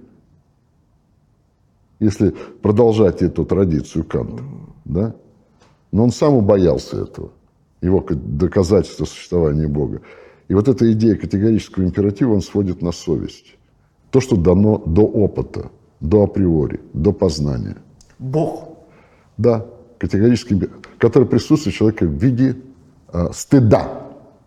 Если продолжать эту традицию Канта, да? Но он сам убоялся этого, его доказательства существования Бога. И вот эта идея категорического императива он сводит на совесть. То, что дано до опыта, до априори, до познания. Бог. Да, категорически, который присутствует в человеке в виде стыда.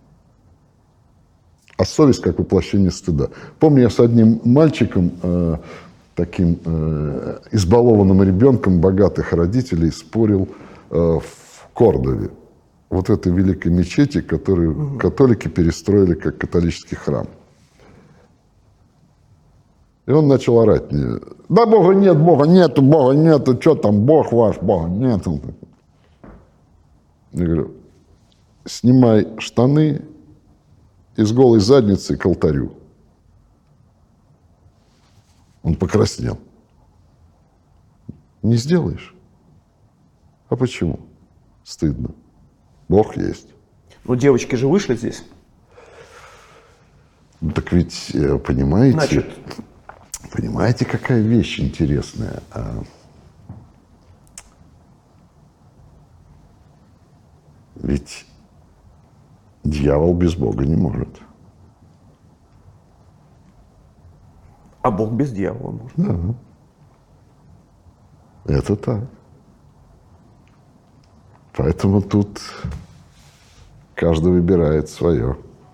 А совесть как воплощение стыда. Помню, я с одним мальчиком, таким избалованным ребенком богатых родителей, спорил в Кордове. Вот этой великой мечети, которую католики перестроили как католический храм. И он начал орать мне: да Бога нет, Бога нету, Бога нету, что там, Бог ваш, Бога нету. Я говорю: снимай штаны и с голой задницей к алтарю. Он покраснел. Не сделаешь? А почему? Стыдно. Бог есть. Ну, девочки же вышли здесь. Ну, так ведь, понимаете, Значит, понимаете, какая вещь интересная? Ведь дьявол без Бога не может. а Бог без дьявола может. Это так. Поэтому тут каждый выбирает свое.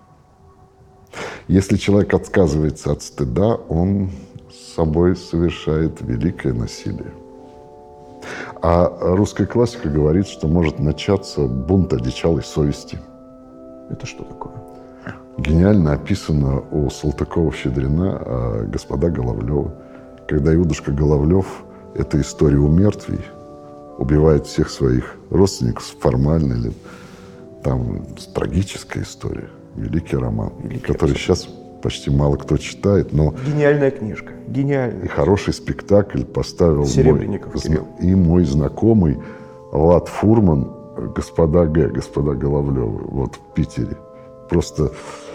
Если человек отказывается от стыда, он с собой совершает великое насилие. А русская классика говорит, что может начаться бунт одичалой совести. Это что такое? Гениально описано у Салтыкова-Щедрина господа Головлёвы. Когда Иудушка Головлёв, это история у мертвей, убивает всех своих родственников формально, или там трагическая история, великий роман, который сейчас почти мало кто читает, но Гениальная книжка. и Гениальная. хороший спектакль поставил Серебренников Кирилл. мой знакомый Влад Фурман, господа Головлёвы, вот в Питере. Просто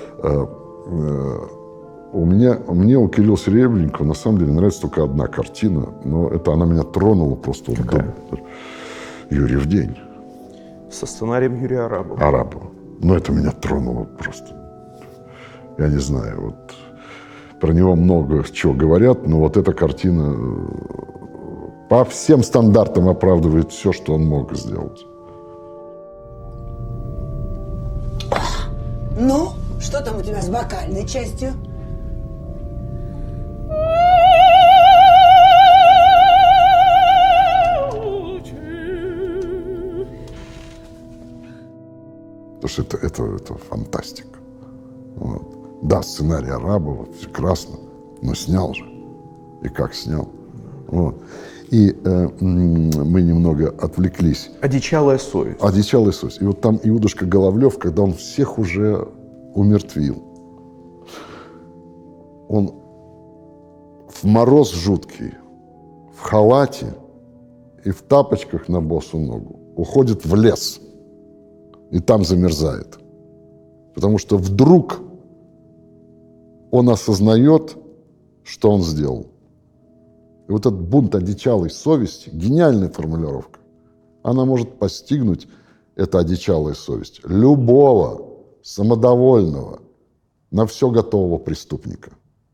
мне у Кирилла Серебренникова на самом деле нравится только одна картина, но это она меня тронула просто. Какая? Юрьев день. Со сценарием Юрия Арабова. Арабова. Но это меня тронуло просто. Я не знаю, вот про него много чего говорят, но вот эта картина по всем стандартам оправдывает все, что он мог сделать. Ну, что там у тебя с вокальной частью? Потому что это фантастика. Вот. Да, сценарий Арабова, прекрасно, но снял же. И как снял. Вот. И мы немного отвлеклись. Одичалая совесть. Одичалая совесть. И вот там Иудушка Головлёв, когда он всех уже умертвил, он в мороз жуткий, в халате и в тапочках на босу ногу уходит в лес и там замерзает. Потому что вдруг он осознает, что он сделал. И вот этот бунт одичалой совести, гениальная формулировка, она может постигнуть, эта одичалая совесть, любого самодовольного, на все готового преступника.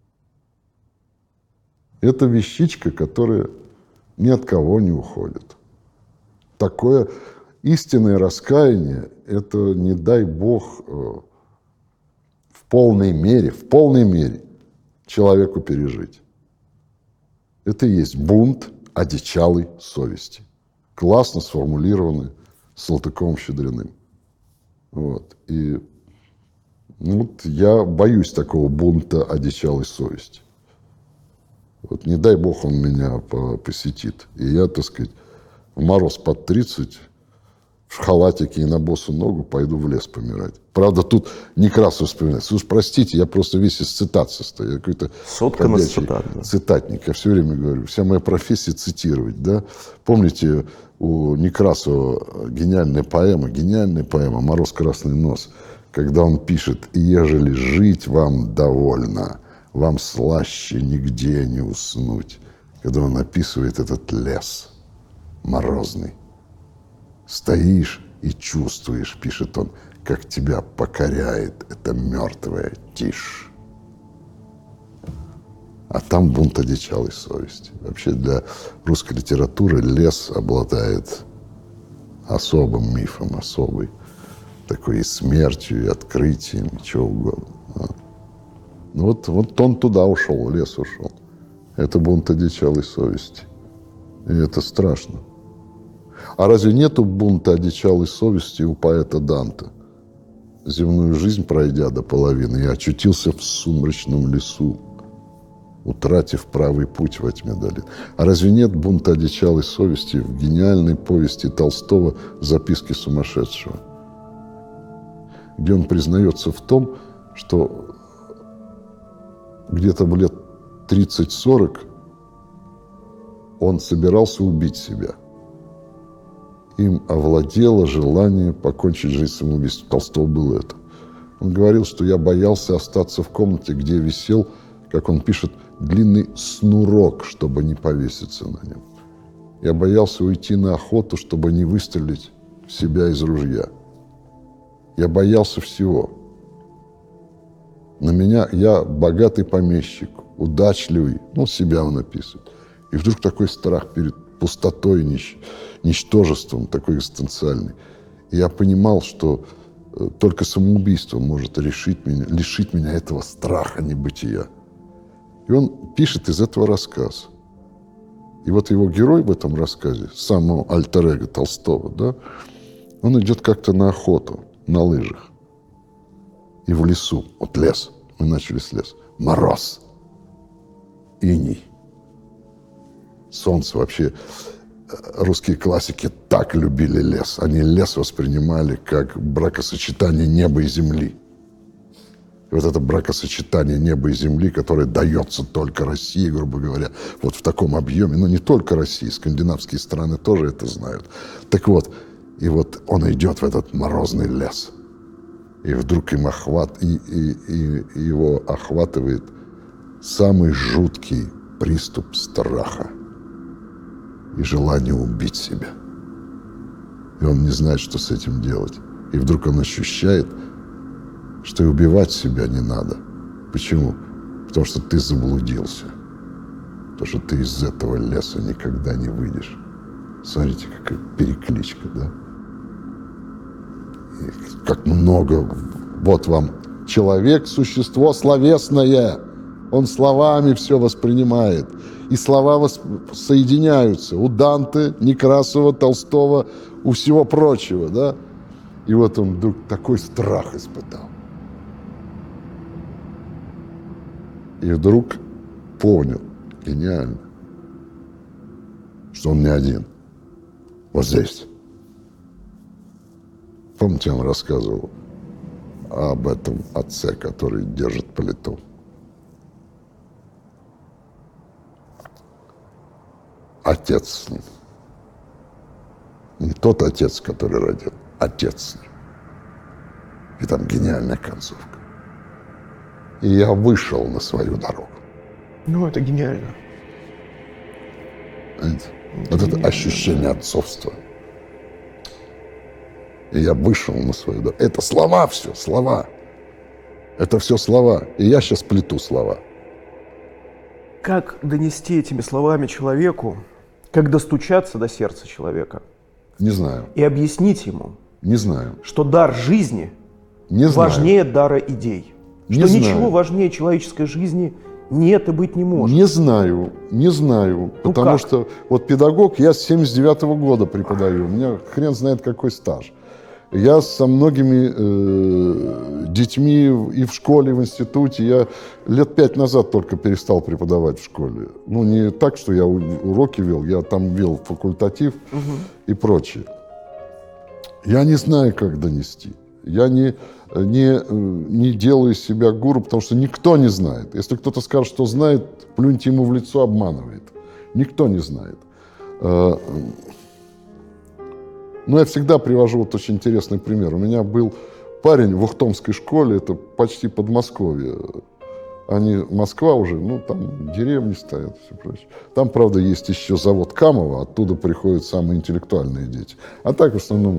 Это вещичка, которая ни от кого не уходит. Такое истинное раскаяние, это, не дай Бог, в полной мере человеку пережить. Это и есть бунт одичалой совести. Классно сформулированный Салтыковым-Щедриным. Вот. И вот я боюсь такого бунта одичалой совести. Вот не дай Бог он меня посетит. И я, так сказать, в мороз под 30, в халатике и на босу ногу пойду в лес помирать. Правда, тут Некрасов вспоминается. Уж простите, я просто весь из цитат состою. Я какой-то Соткан из цитат, да. цитатник. Я все время говорю, вся моя профессия цитировать. Да? Помните, у Некрасова гениальная поэма «Мороз красный нос», когда он пишет: «Ежели жить вам довольно, вам слаще нигде не уснуть». Когда он описывает этот лес морозный. «Стоишь и чувствуешь», пишет он, «как тебя покоряет эта мертвая тишь». А там бунт одичалой совести. Вообще для русской литературы лес обладает особым мифом, особой такой и смертью, и открытием, и чего угодно. Ну вот он туда ушел, в лес ушел. Это бунт одичалой совести. И это страшно. А разве нету бунта одичалой совести у поэта Данте? Земную жизнь пройдя до половины, я очутился в сумрачном лесу, утратив правый путь во тьме долин. А разве нет бунта одичалой совести в гениальной повести Толстого «Записки сумасшедшего», где он признается в том, что где-то в лет 30-40 он собирался убить себя. Им овладело желание покончить жизнь самоубийством. Толстого было это. Он говорил, что я боялся остаться в комнате, где висел, как он пишет, длинный снурок, чтобы не повеситься на нем. Я боялся уйти на охоту, чтобы не выстрелить в себя из ружья. Я боялся всего. На меня, я богатый помещик, удачливый, себя он описывает. И вдруг такой страх перед пустотой, ничтожеством, такой экзистенциальный. И я понимал, что только самоубийство может лишить меня этого страха небытия. И он пишет из этого рассказ. И вот его герой в этом рассказе, самого альтер-эго Толстого, да, он идет как-то на охоту, на лыжах. И в лесу, вот лес, мы начали с леса, мороз, иней, солнце. Вообще русские классики так любили лес. Они лес воспринимали как бракосочетание неба и земли. И вот это бракосочетание неба и земли, которое дается только России, грубо говоря, вот в таком объеме, но не только России, скандинавские страны тоже это знают. Так вот, и вот он идет в этот морозный лес, и вдруг его охватывает самый жуткий приступ страха и желание убить себя. И он не знает, что с этим делать. И вдруг он ощущает, что и убивать себя не надо. Почему? Потому что ты заблудился. Потому что ты из этого леса никогда не выйдешь. Смотрите, какая перекличка, да? И как много. Вот вам человек, существо словесное. Он словами все воспринимает. И слова соединяются. У Данте, Некрасова, Толстого, у всего прочего, да? И вот он вдруг такой страх испытал. И вдруг понял, гениально, что он не один. Вот здесь. Помните, я вам рассказывал об этом отце, который держит плиту? Отец с ним. Не тот отец, который родил, отец с ним. И там гениальная концовка. И я вышел на свою дорогу. Это гениально. Знаете? Вот это ощущение отцовства. И я вышел на свою дорогу. Это слова все, слова. Это все слова. И я сейчас плету слова. Как донести этими словами человеку, как достучаться до сердца человека? Не знаю. И объяснить ему, не знаю, что дар жизни важнее дара идей. Что ничего важнее человеческой жизни нет и быть не может. Не знаю. Потому что вот педагог, я с 79-го года преподаю. У меня хрен знает какой стаж. Я со многими детьми и в школе, и в институте. Я лет 5 назад только перестал преподавать в школе. Не так, что я уроки вел, я там вел факультатив и прочее. Я не знаю, как донести. Я не делаю из себя гуру, потому что никто не знает. Если кто-то скажет, что знает, плюньте ему в лицо, обманывает. Никто не знает. Но я всегда привожу вот очень интересный пример. У меня был парень в Ухтомской школе, это почти Подмосковье. Москва уже, там деревни стоят, все прочее. Там, правда, есть еще завод Камова, оттуда приходят самые интеллектуальные дети. А так, в основном...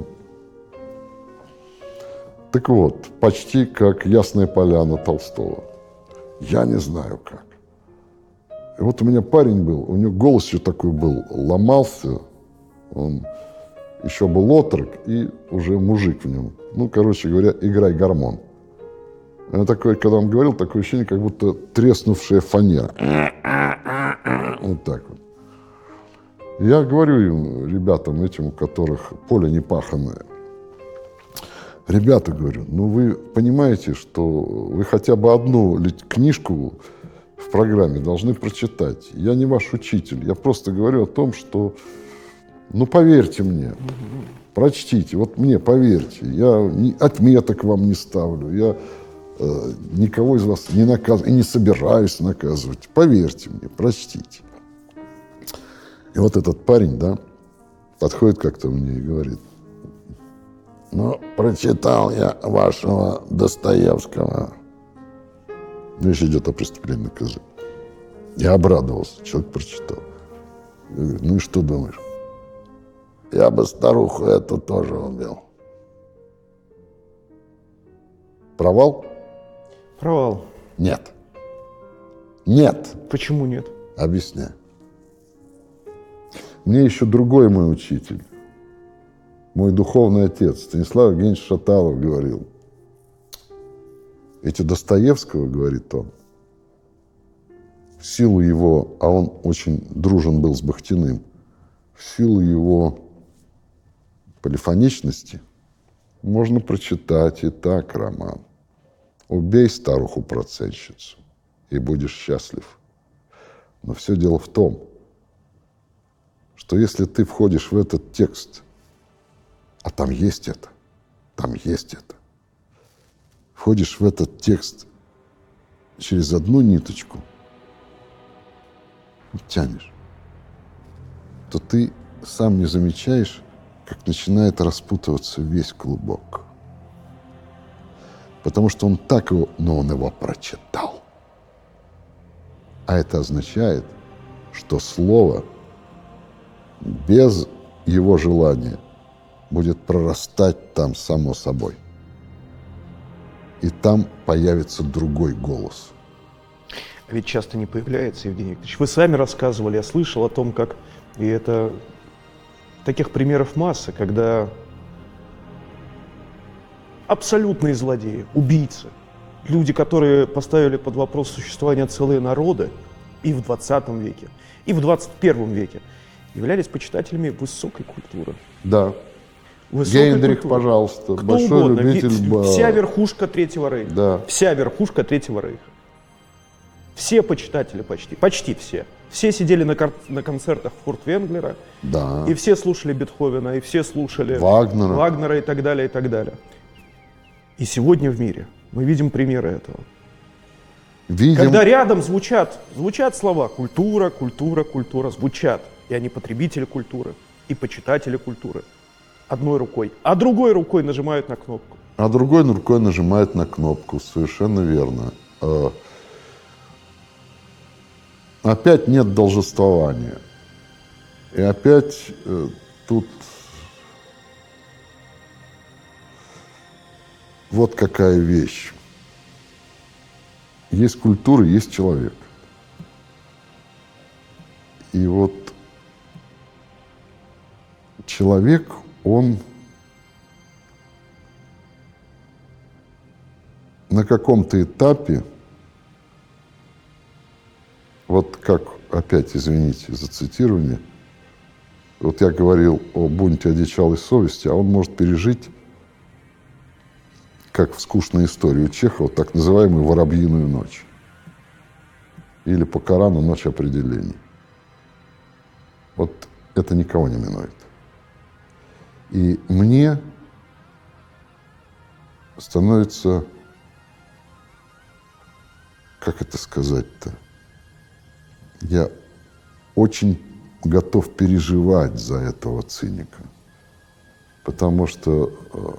Так вот, почти как Ясная Поляна Толстого. Я не знаю как. И вот у меня парень был, у него голос еще такой был, ломался, он еще был отрок и уже мужик в нем. Ну, короче говоря, играй гормон. Это такое, когда он говорил, такое ощущение, как будто треснувшая фанера. Вот так вот. Я говорю им, ребятам этим, у которых поле не паханое, ребята, говорю, ну вы понимаете, что вы хотя бы одну книжку в программе должны прочитать. Я не ваш учитель, я просто говорю о том, что, ну поверьте мне, прочтите, вот мне поверьте, я отметок вам не ставлю, я никого из вас не наказываю и не собираюсь наказывать. Поверьте мне, прочтите. И вот этот парень, да, подходит как-то мне и говорит, ну, прочитал я вашего Достоевского. Речь идет о преступлении наказания. Я обрадовался, человек прочитал. Я говорю, ну и что думаешь? Я бы старуху эту тоже убил. Провал? Провал. Нет. Нет. Почему нет? Объясняю. Мне еще другой мой учитель, мой духовный отец, Станислав Евгеньевич Шаталов, говорил, эти Достоевского, говорит он, в силу его, а он очень дружен был с Бахтиным, в силу его полифоничности можно прочитать и так роман. Убей старуху-процентщицу, и будешь счастлив. Но все дело в том, что если ты входишь в этот текст, а там есть это, входишь в этот текст через одну ниточку, тянешь, то ты сам не замечаешь, как начинает распутываться весь клубок. Потому что он так его, но он его прочитал. А это означает, что слово без его желания будет прорастать там само собой. И там появится другой голос. Ведь часто не появляется, Евгений Викторович. Вы сами рассказывали, я слышал о том, как... И это... Таких примеров масса, когда абсолютные злодеи, убийцы, люди, которые поставили под вопрос существование целые народы и в 20 веке, и в 21 веке, являлись почитателями высокой культуры. Да. Высокой Гейндрих, культуры. пожалуйста, Кто большой угодно. любитель... Вся верхушка Третьего Рейха. Да. Вся верхушка Третьего Рейха. Все почитатели почти все. Все сидели на концертах Фуртвенглера, Да. и все слушали Бетховена, и все слушали Вагнера и так далее, и так далее. И сегодня в мире мы видим примеры этого. Видим... Когда рядом звучат слова «культура», «культура», «культура», звучат, и они потребители культуры, и почитатели культуры. Одной рукой, а другой рукой нажимают на кнопку. А другой рукой нажимает на кнопку, совершенно верно. Опять нет должествования. И опять тут вот какая вещь. Есть культура, есть человек. И вот человек, он на каком-то этапе, вот как, опять, извините за цитирование, вот я говорил о бунте одичалой совести, а он может пережить, как в скучной истории у Чехова, так называемую «Воробьиную ночь». Или по Корану «Ночь определений». Вот это никого не минует. И мне становится, как это сказать-то, я очень готов переживать за этого циника, потому что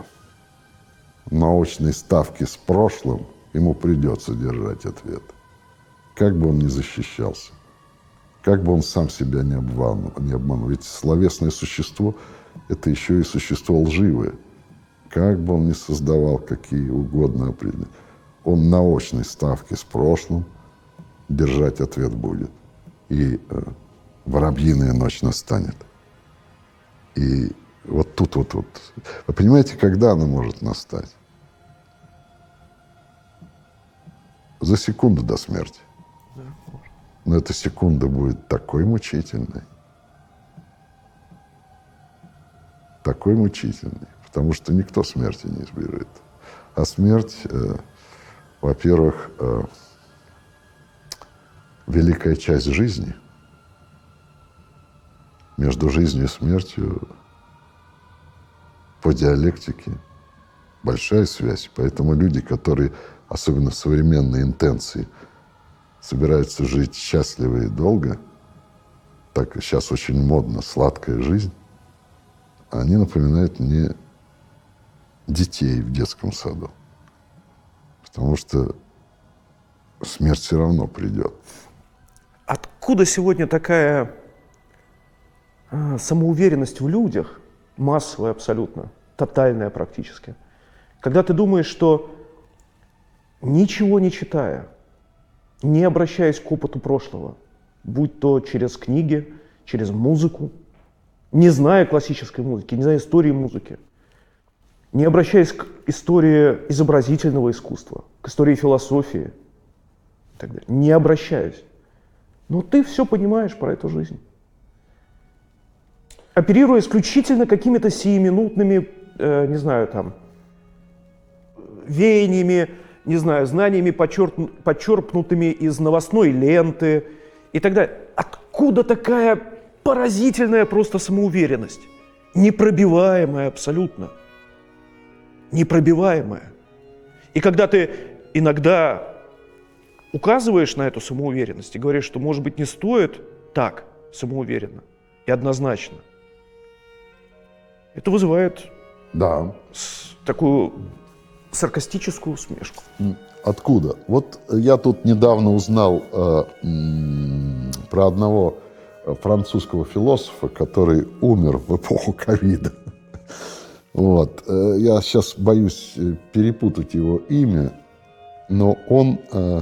на очной ставке с прошлым ему придется держать ответ. Как бы он ни защищался, как бы он сам себя не обманул. Ведь словесное существо – это еще и существо лживое. Как бы он ни создавал какие угодно определения, он на очной ставке с прошлым держать ответ будет. и воробьиная ночь настанет. И вот тут вот. Вы понимаете, когда она может настать? За секунду до смерти. Но эта секунда будет такой мучительной. Такой мучительной. Потому что никто смерти не избежит. А смерть, во-первых, великая часть жизни. Между жизнью и смертью по диалектике большая связь. Поэтому люди, которые, особенно в современной интенции, собираются жить счастливо и долго, так сейчас очень модно сладкая жизнь, они напоминают мне детей в детском саду. Потому что смерть все равно придет. Откуда сегодня такая самоуверенность в людях, массовая абсолютно, тотальная практически, когда ты думаешь, что ничего не читая, не обращаясь к опыту прошлого, будь то через книги, через музыку, не зная классической музыки, не зная истории музыки, не обращаясь к истории изобразительного искусства, к истории философии и так далее, не обращаясь, но ты все понимаешь про эту жизнь. Оперируя исключительно какими-то сиюминутными, не знаю, там, веяниями, не знаю, знаниями, подчерпнутыми из новостной ленты и так далее. Откуда такая поразительная просто самоуверенность? Непробиваемая абсолютно. Непробиваемая. И когда ты иногда указываешь на эту самоуверенность и говоришь, что, может быть, не стоит так самоуверенно и однозначно, это вызывает такую саркастическую усмешку. Откуда? Вот я тут недавно узнал про одного французского философа, который умер в эпоху ковида. Вот. Я сейчас боюсь перепутать его имя, но он...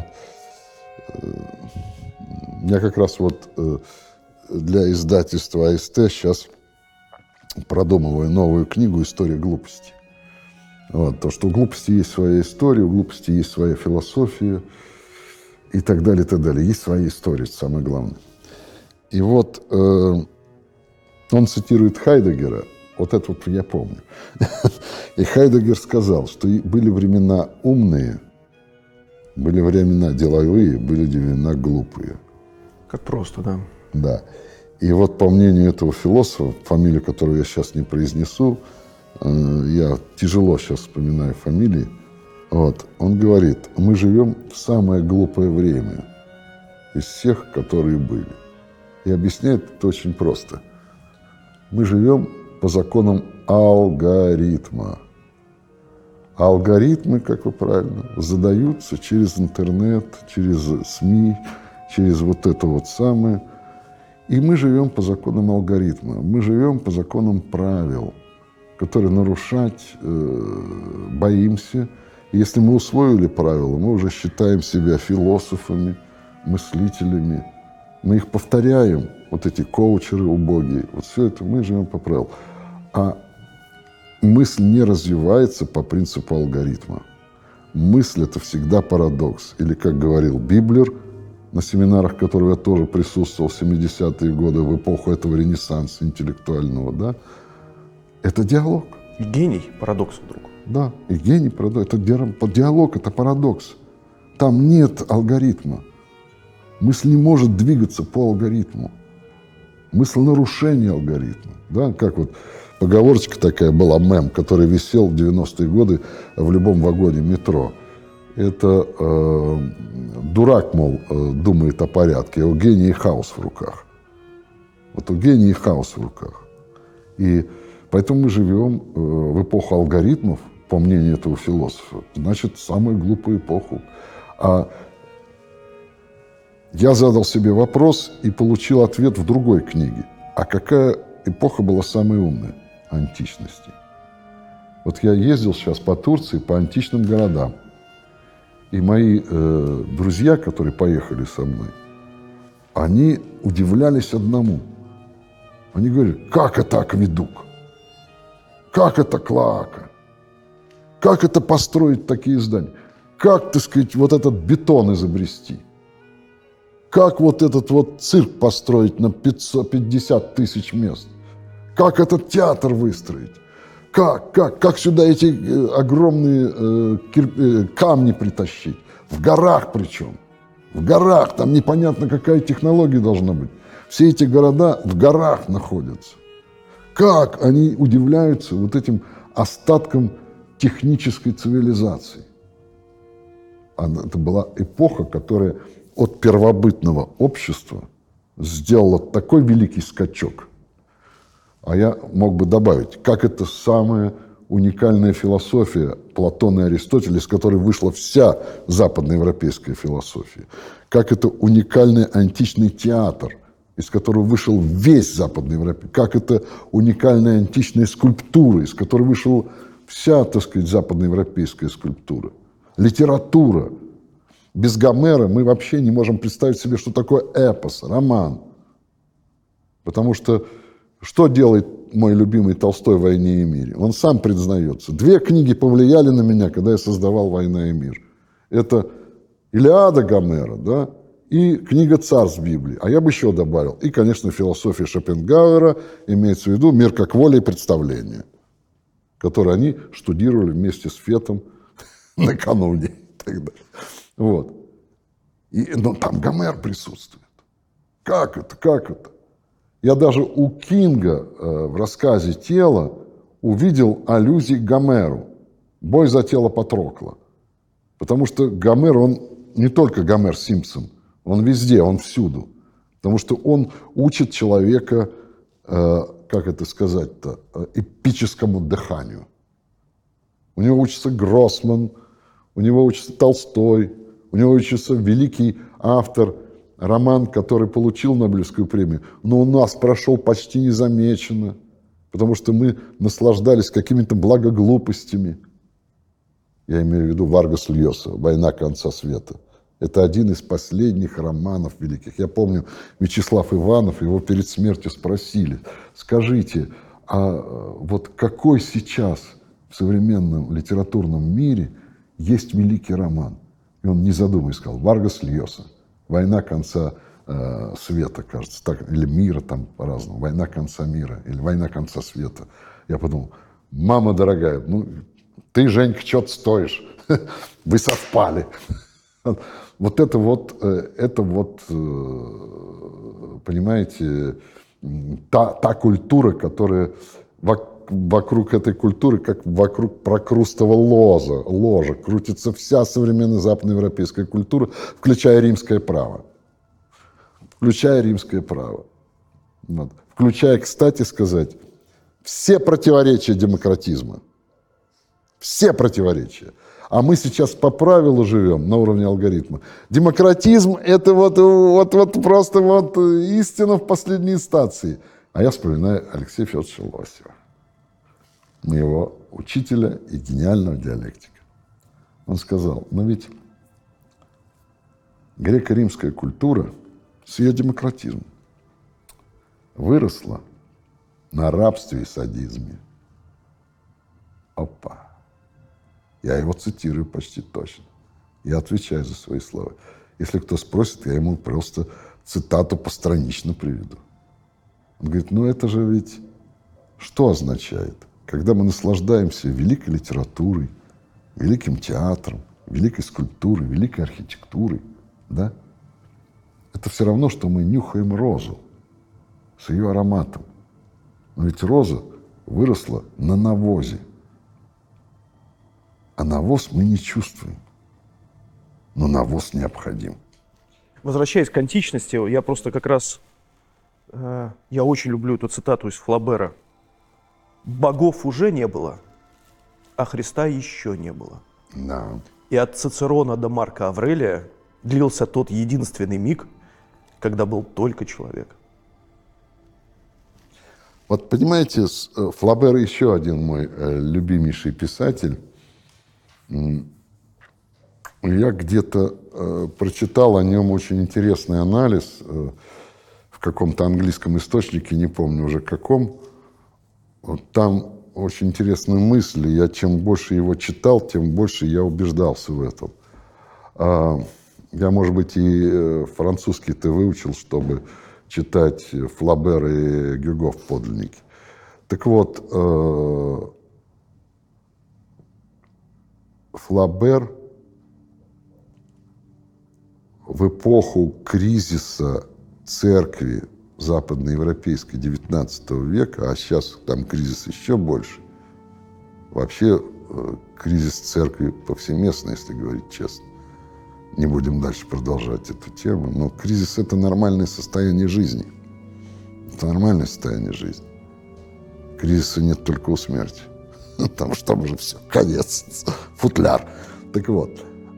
Я как раз вот для издательства АСТ сейчас продумываю новую книгу «История глупости». Вот, то, что у глупости есть своя история, у глупости есть своя философия и так далее, и так далее. Есть своя история, это самое главное. И вот он цитирует Хайдеггера, вот это вот я помню. И Хайдеггер сказал, что были времена умные, были времена деловые, были времена глупые. Как просто, да. Да. И вот по мнению этого философа, фамилию которую я сейчас не произнесу, я тяжело сейчас вспоминаю фамилии, вот, он говорит, мы живем в самое глупое время из всех, которые были. И объясняет это очень просто. Мы живем по законам алгоритма. Алгоритмы, как вы правильно, задаются через интернет, через СМИ, через вот это вот самое. И мы живем по законам алгоритма. Мы живем по законам правил, которые нарушать боимся. И если мы усвоили правила, мы уже считаем себя философами, мыслителями. Мы их повторяем, вот эти коучеры убогие. Вот все это мы живем по правилам. А мысль не развивается по принципу алгоритма. Мысль – это всегда парадокс. Или, как говорил Библер на семинарах, в которых я тоже присутствовал в 70-е годы, в эпоху этого ренессанса интеллектуального, да, это диалог. И гений парадокс вдруг. Да, и гений парадокс. Это диалог, это парадокс. Там нет алгоритма. Мысль не может двигаться по алгоритму. Мысль нарушения алгоритма. Да? Как вот поговорочка такая была, мем, который висел в 90-е годы в любом вагоне метро. Это дурак, мол, думает о порядке, а у гения хаос в руках. Вот у гения хаос в руках. И поэтому мы живем в эпоху алгоритмов, по мнению этого философа. Значит, самую глупую эпоху. А я задал себе вопрос и получил ответ в другой книге. А какая эпоха была самая умная? Античности. Вот я ездил сейчас по Турции, по античным городам. И мои друзья, которые поехали со мной, они удивлялись одному. Они говорили, как это акведук? Как это клоака? Как это построить такие здания? Как, так сказать, вот этот бетон изобрести? Как вот этот вот цирк построить на 550 тысяч мест? Как этот театр выстроить? Как сюда эти огромные камни притащить? В горах причем. В горах, там непонятно, какая технология должна быть. Все эти города в горах находятся. Как они удивляются вот этим остаткам технической цивилизации. Это была эпоха, которая от первобытного общества сделала такой великий скачок. А я мог бы добавить, как это самая уникальная философия Платона и Аристотеля, из которой вышла вся западноевропейская философия. Как это уникальный античный театр, из которого вышел весь Западный Европа. Как это уникальная античная скульптура, из которой вышла вся, так сказать, западноевропейская скульптура. Литература. Без Гомера мы вообще не можем представить себе, что такое эпос, роман. Потому что делает мой любимый Толстой в «Войне и мире»? Он сам признается. 2 книги повлияли на меня, когда я создавал «Война и мир». Это «Илиада» Гомера, да, и книга «Царств» Библии. А я бы еще добавил. И, конечно, философия Шопенгауэра, имеется в виду «Мир как воля и представление», который они штудировали вместе с Фетом накануне. Вот. Но там Гомер присутствует. Как это? Я даже у Кинга в рассказе «Тело» увидел аллюзии к Гомеру. «Бой за тело Патрокла». Потому что Гомер, он не только Гомер Симпсон, он везде, он всюду. Потому что он учит человека, как это сказать-то, эпическому дыханию. У него учится Гроссман, у него учится Толстой, у него учится великий автор, роман, который получил Нобелевскую премию, но у нас прошел почти незамеченно, потому что мы наслаждались какими-то благоглупостями. Я имею в виду Варгаса Льоса «Война конца света». Это один из последних романов великих. Я помню, Вячеслав Иванов, его перед смертью спросили, скажите, а вот какой сейчас в современном литературном мире есть великий роман? И он, не задумываясь, сказал, Варгас Льоса, «Война конца света», кажется, так, или мира там по-разному, «Война конца мира» или «Война конца света». Я подумал, мама дорогая, ну, ты, Женька, что-то стоишь, вы совпали. Вот это вот, понимаете, та культура, которая вокруг этой культуры, как вокруг прокрустового ложа, крутится вся современная западноевропейская культура, включая римское право. Вот. Включая, кстати сказать, все противоречия демократизма. Все противоречия. А мы сейчас по правилу живем на уровне алгоритма. Демократизм – это просто истина в последней инстанции. А я вспоминаю Алексея Федоровича Лосева, моего учителя и гениального диалектика. Он сказал, но ведь греко-римская культура с ее демократизмом выросла на рабстве и садизме. Опа! Я его цитирую почти точно. Я отвечаю за свои слова. Если кто спросит, я ему просто цитату постранично приведу. Он говорит, ну это же ведь что означает? Когда мы наслаждаемся великой литературой, великим театром, великой скульптурой, великой архитектурой, да? Это все равно, что мы нюхаем розу с ее ароматом. Но ведь роза выросла на навозе. А навоз мы не чувствуем. Но навоз необходим. Возвращаясь к античности, я просто как раз... я очень люблю эту цитату из Флабера. «Богов уже не было, а Христа еще не было». Да. И от Цицерона до Марка Аврелия длился тот единственный миг, когда был только человек. Вот понимаете, Флабер еще один мой любимейший писатель. Он Я где-то прочитал о нем очень интересный анализ в каком-то английском источнике, не помню уже каком. Вот там очень интересные мысли. Я чем больше его читал, тем больше я убеждался в этом. Я, может быть, и французский-то выучил, чтобы читать Флабера и Гюго в подлиннике. Так вот, Флабер в эпоху кризиса церкви западноевропейской XIX века, а сейчас там кризис еще больше, вообще кризис церкви повсеместно, если говорить честно. Не будем дальше продолжать эту тему, но кризис – это нормальное состояние жизни. Это нормальное состояние жизни. Кризиса нет только у смерти. Там что уже все, конец, футляр. Так вот,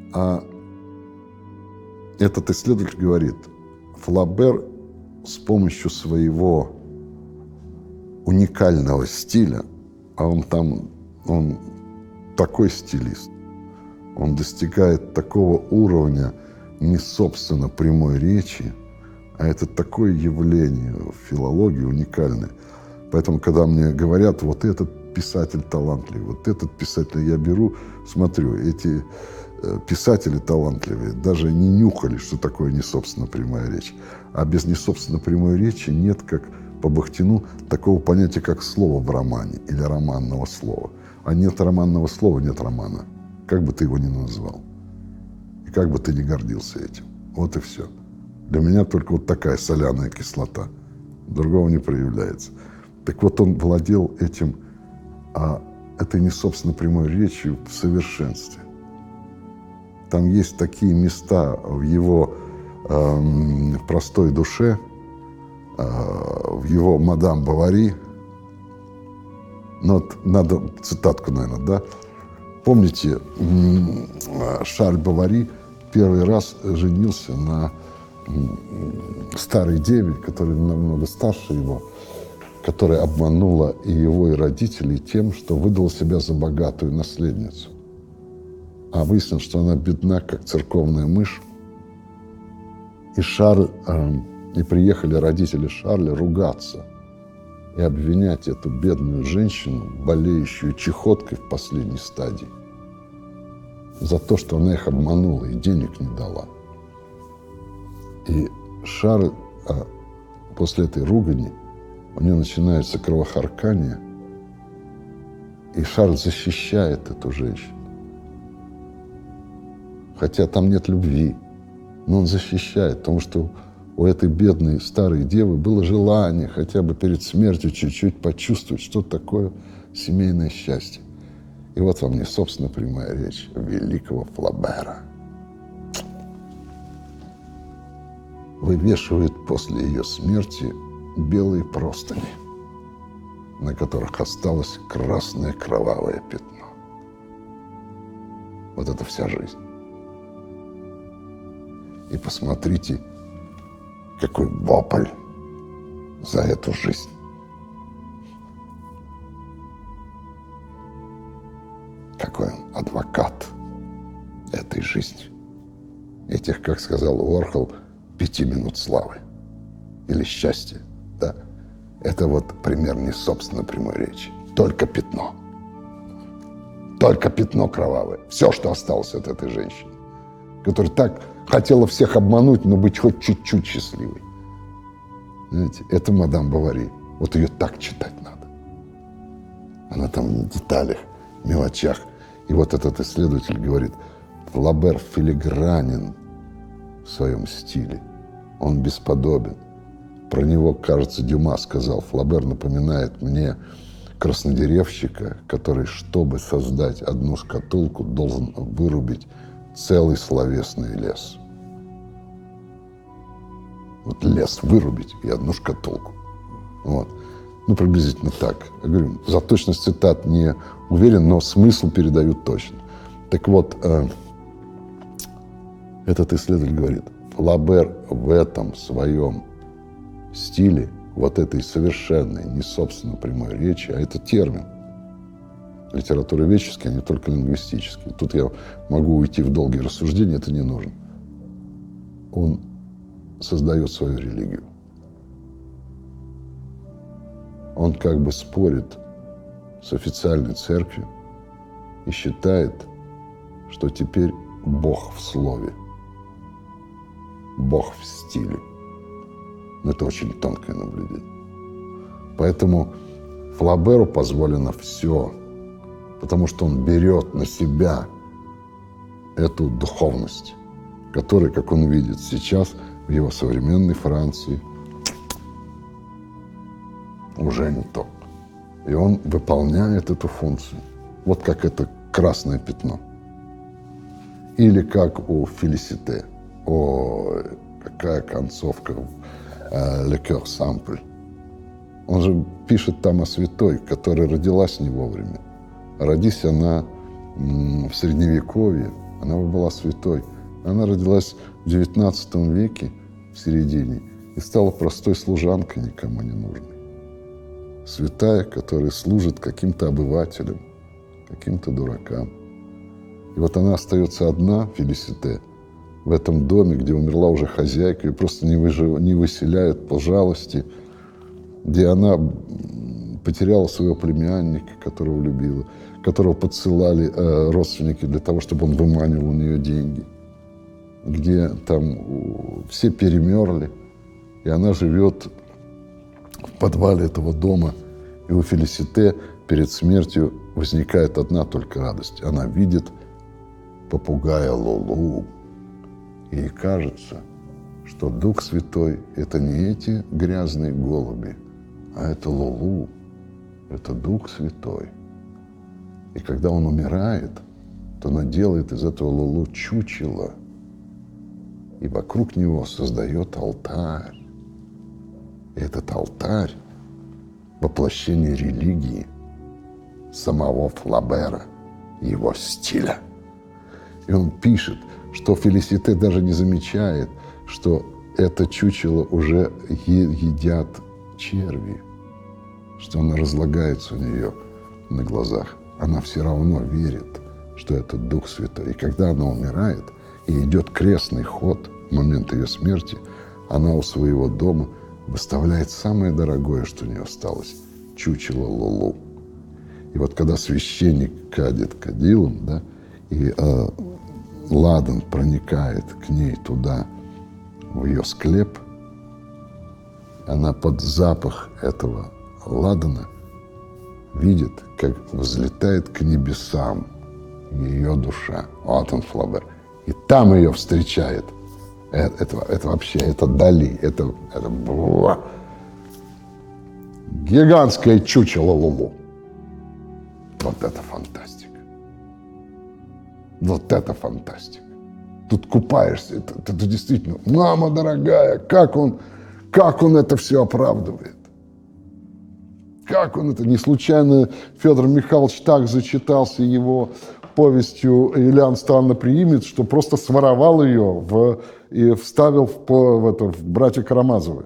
этот исследователь говорит, Флабер с помощью своего уникального стиля, а он такой стилист, он достигает такого уровня не собственно прямой речи, а это такое явление в филологии уникальное. Поэтому, когда мне говорят, вот этот писатель талантливый, вот этот писатель, я беру, смотрю, эти писатели талантливые даже не нюхали, что такое несобственно прямая речь. А без несобственно прямой речи нет, как по Бахтину, такого понятия, как слово в романе или романного слова. А нет романного слова, нет романа. Как бы ты его ни назвал. И как бы ты ни гордился этим. Вот и все. Для меня только вот такая соляная кислота. Другого не проявляется. Так вот, он владел этой несобственно прямой речью в совершенстве. Там есть такие места в его простой душе, в его «Мадам Бовари». Ну, вот надо цитатку, наверное, да? Помните, Шарль Бовари первый раз женился на старой деве, которая намного старше его, которая обманула и его, и родителей тем, что выдала себя за богатую наследницу. А выяснилось, что она бедна, как церковная мышь. И приехали родители Шарля ругаться и обвинять эту бедную женщину, болеющую чехоткой в последней стадии, за то, что она их обманула и денег не дала. И Шарль после этой ругани, у него начинается кровохаркание, и Шарль защищает эту женщину. Хотя там нет любви, но он защищает, потому что у этой бедной старой девы было желание хотя бы перед смертью чуть-чуть почувствовать, что такое семейное счастье. И вот вам несобственно прямая речь великого Флабера. Вывешивает после ее смерти белые простыни, на которых осталось красное кровавое пятно. Вот это вся жизнь. И посмотрите, какой вопль за эту жизнь. Какой он адвокат этой жизни. Этих, как сказал Уорхол, 5 минут славы или счастья. Да? Это вот пример несобственно прямой речи. Только пятно. Только пятно кровавое. Все, что осталось от этой женщины, которая так хотела всех обмануть, но быть хоть чуть-чуть счастливой. Знаете, это мадам Бовари. Вот ее так читать надо. Она там в деталях, мелочах. И вот этот исследователь говорит, Флабер филигранен в своем стиле. Он бесподобен. Про него, кажется, Дюма сказал, Флабер напоминает мне краснодеревщика, который, чтобы создать одну шкатулку, должен вырубить целый словесный лес. Вот лес вырубить и одну шкатулку. Вот. Ну, приблизительно так. Я говорю, за точность цитат не уверен, но смысл передают точно. Так вот, этот исследователь говорит, Флабер в этом своем стиле, вот этой совершенной, не собственно прямой речи, а это термин. литературоведческий, а не только лингвистический. Тут я могу уйти в долгие рассуждения, это не нужно. Он создает свою религию. Он как бы спорит с официальной церковью и считает, что теперь Бог в слове, Бог в стиле. Но это очень тонкое наблюдение. Поэтому Флаберу позволено все, потому что он берет на себя эту духовность, которая, как он видит сейчас в его современной Франции, уже не то. И он выполняет эту функцию. Вот как это красное пятно. Или как у Фелисите. О, какая концовка в «Le Coeur Simple». Он же пишет там о святой, которая родилась не вовремя. Родись она в Средневековье, она бы была святой. Она родилась в XIX веке, в середине, и стала простой служанкой, никому не нужной. Святая, которая служит каким-то обывателям, каким-то дуракам. И вот она остается одна, Фелисите, в этом доме, где умерла уже хозяйка, и просто не выселяют по жалости, где она потеряла своего племянника, которого любила, которого подсылали родственники для того, чтобы он выманивал у нее деньги, где там все перемерли, и она живет в подвале этого дома, и у Фелисите перед смертью возникает одна только радость. Она видит попугая Лулу, и ей кажется, что Дух Святой – это не эти грязные голуби, а это Лулу, это Дух Святой. И когда он умирает, то она делает из этого Лулу чучело, и вокруг него создает алтарь. И этот алтарь – воплощение религии самого Флабера, его стиля. И он пишет, что Фелисите даже не замечает, что это чучело уже едят черви, что оно разлагается у нее на глазах. Она все равно верит, что это Дух Святой. И когда она умирает, и идет крестный ход в момент ее смерти, она у своего дома выставляет самое дорогое, что у нее осталось – чучело Лулу. И вот когда священник кадит кадилом, да, и ладан проникает к ней туда, в ее склеп, она под запах этого ладана видит, как взлетает к небесам ее душа. Вот он, Флабер. И там ее встречает. Это вообще, это Дали. Это гигантское чучело Лулу. Вот это фантастика. Вот это фантастика. Тут купаешься. Это действительно, мама дорогая, как он это все оправдывает. Как он это? Не случайно Федор Михайлович так зачитался его повестью «Юлиан Странноприимец», что просто своровал ее и вставил в «Братья Карамазовы».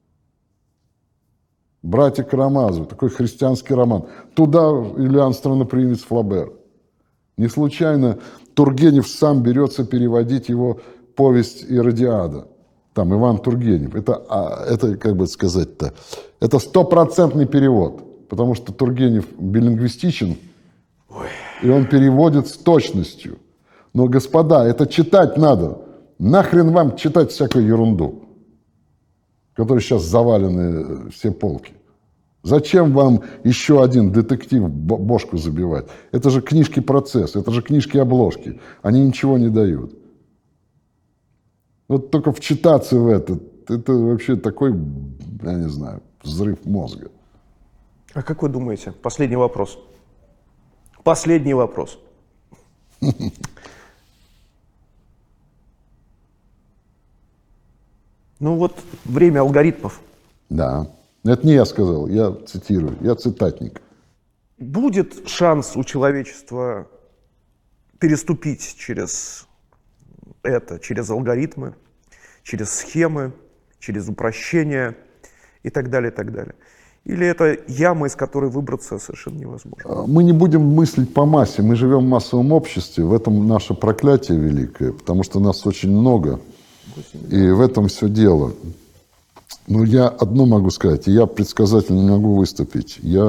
«Братья Карамазовы», такой христианский роман. Туда Юлиан Странноприимец Флабер. Не случайно Тургенев сам берется переводить его повесть «Иродиада». Там Иван Тургенев. Это как бы сказать-то, это 100% перевод, потому что Тургенев билингвистичен, и он переводит с точностью. Но, господа, это читать надо. Нахрен вам читать всякую ерунду, которой сейчас завалены все полки. Зачем вам еще один детектив бошку забивать? Это же книжки-процесс, это же книжки-обложки. Они ничего не дают. Вот только вчитаться в это вообще такой, я не знаю, взрыв мозга. А как вы думаете? Последний вопрос. Последний вопрос. Ну вот время алгоритмов. Да. Это не я сказал, я цитирую, я цитатник. Будет шанс у человечества переступить через это, через алгоритмы, через схемы, через упрощения и так далее, и так далее. Или это яма, из которой выбраться совершенно невозможно? Мы не будем мыслить по массе. Мы живем в массовом обществе. В этом наше проклятие великое, потому что нас очень много. И в этом все дело. Но я одно могу сказать. Я предсказательно не могу выступить. Я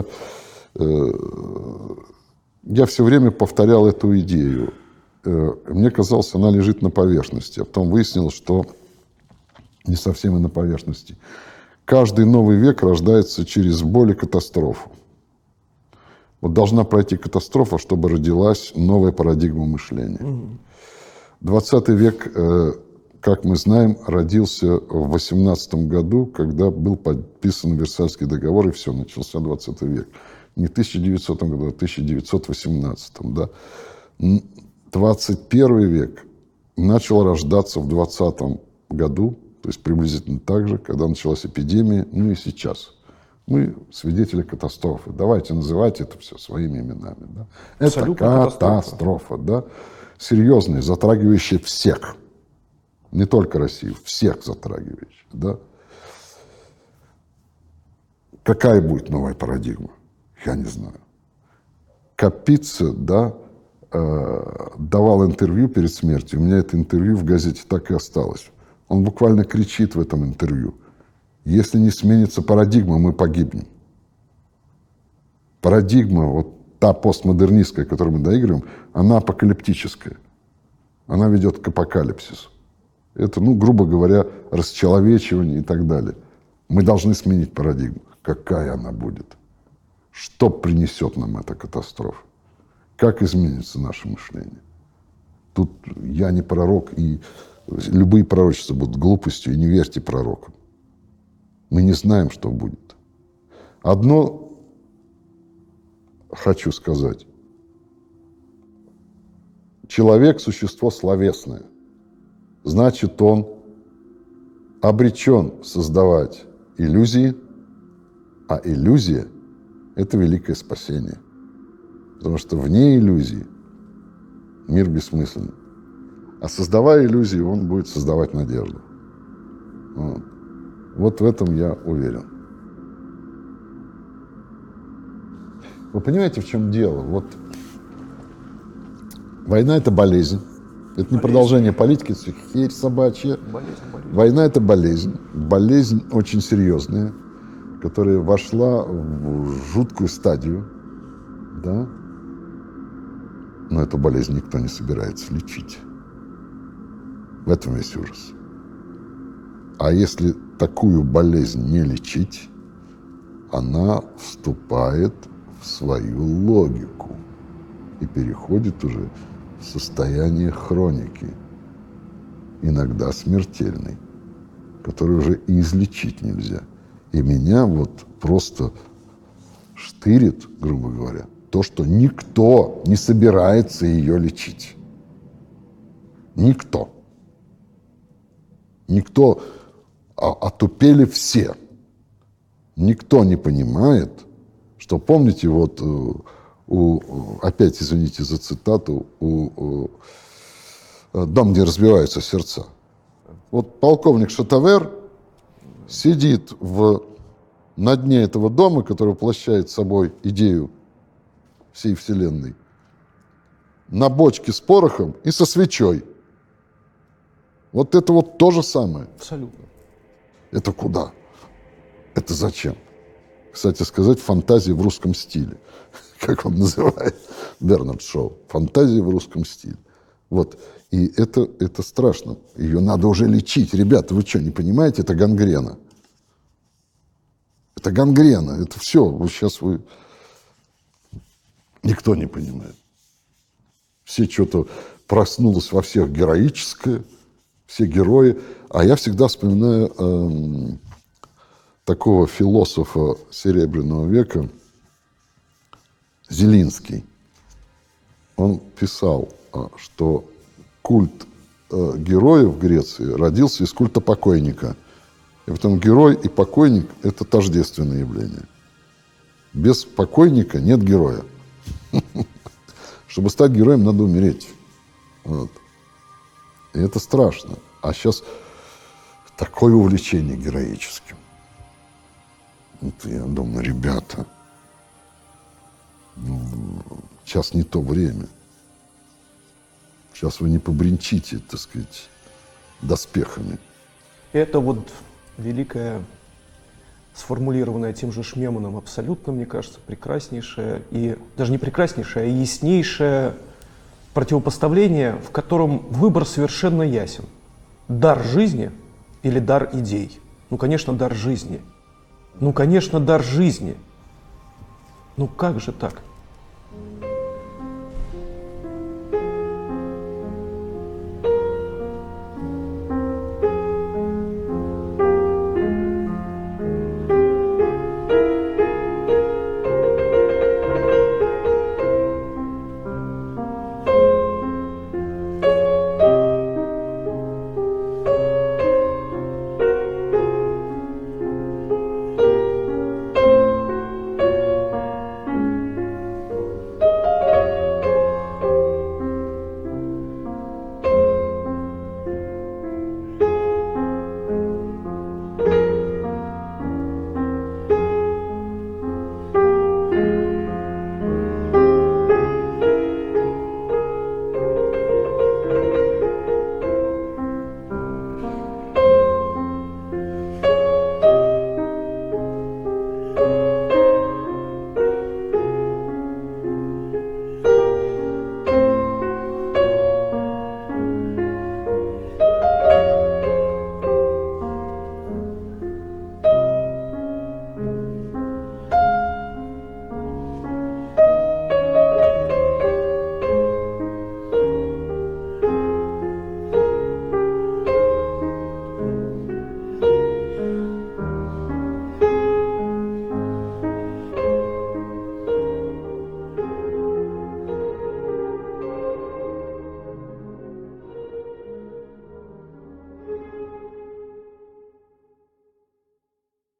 все время повторял эту идею. Мне казалось, она лежит на поверхности. А потом выяснилось, что не совсем и на поверхности. Каждый новый век рождается через боль и катастрофу. Вот должна пройти катастрофа, чтобы родилась новая парадигма мышления. 20 век, как мы знаем, родился в 18 году, когда был подписан Версальский договор, и все, начался 20 век. Не в 1900 году, а в 1918. Да? 21 век начал рождаться в 20 году, то есть приблизительно так же, когда началась эпидемия, ну и сейчас. Мы свидетели катастрофы. Давайте называть это все своими именами. Да? Это катастрофа, да? Серьезная, затрагивающая всех. Не только Россию, всех затрагивающая. Да? Какая будет новая парадигма? Я не знаю. Капица, да, давал интервью перед смертью. У меня это интервью в газете так и осталось. Он буквально кричит в этом интервью: если не сменится парадигма, мы погибнем. Парадигма, вот та постмодернистская, которую мы доигрываем, она апокалиптическая. Она ведет к апокалипсису. Это, ну, грубо говоря, расчеловечивание и так далее. Мы должны сменить парадигму. Какая она будет? Что принесет нам эта катастрофа? Как изменится наше мышление? Тут я не пророк, и любые пророчества будут глупостью, и не верьте пророкам. Мы не знаем, что будет. Одно хочу сказать. Человек – существо словесное. Значит, он обречен создавать иллюзии, а иллюзия – это великое спасение. Потому что вне иллюзии мир бессмысленный. А создавая иллюзии, он будет создавать надежду. Вот в этом я уверен. Вы понимаете, в чем дело? Вот война – это болезнь. Это не продолжение политики, это херь собачья. Война – это болезнь. Болезнь очень серьезная, которая вошла в жуткую стадию. Да? Но эту болезнь никто не собирается лечить. В этом весь ужас. А если такую болезнь не лечить, она вступает в свою логику и переходит уже в состояние хроники, иногда смертельной, которую уже и излечить нельзя. И меня вот просто штырит, грубо говоря, то, что никто не собирается ее лечить. Никто. Никто, отупели все. Никто не понимает, что, помните, вот опять, извините за цитату, «Дом, где разбиваются сердца». Вот полковник Шатавер сидит на дне этого дома, который воплощает собой идею всей Вселенной, на бочке с порохом и со свечой. Вот это вот то же самое. Абсолютно. Это куда? Это зачем? Кстати сказать, фантазия в русском стиле. Как он называет Бернард Шоу. Фантазия в русском стиле. Вот. И это страшно. Ее надо уже лечить. Ребята, вы что, не понимаете? Это гангрена. Это гангрена. Это все. Вот сейчас вы... Никто не понимает. Все что-то проснулось во всех героическое. Все герои. А я всегда вспоминаю такого философа Серебряного века Зелинский. Он писал, что культ героя в Греции родился из культа покойника. И потом герой и покойник – это тождественное явление. Без покойника нет героя. Чтобы стать героем, надо умереть. Вот. И это страшно. А сейчас такое увлечение героическим. Это я думаю, ребята, сейчас не то время. Сейчас вы не побренчите, так сказать, доспехами. Это вот великая, сформулированная тем же Шмеманом, абсолютно, мне кажется, прекраснейшее, и даже не прекраснейшее, а яснейшее противопоставление, в котором выбор совершенно ясен. Дар жизни или дар идей? Ну, конечно, дар жизни. Ну, конечно, дар жизни. Ну, как же так?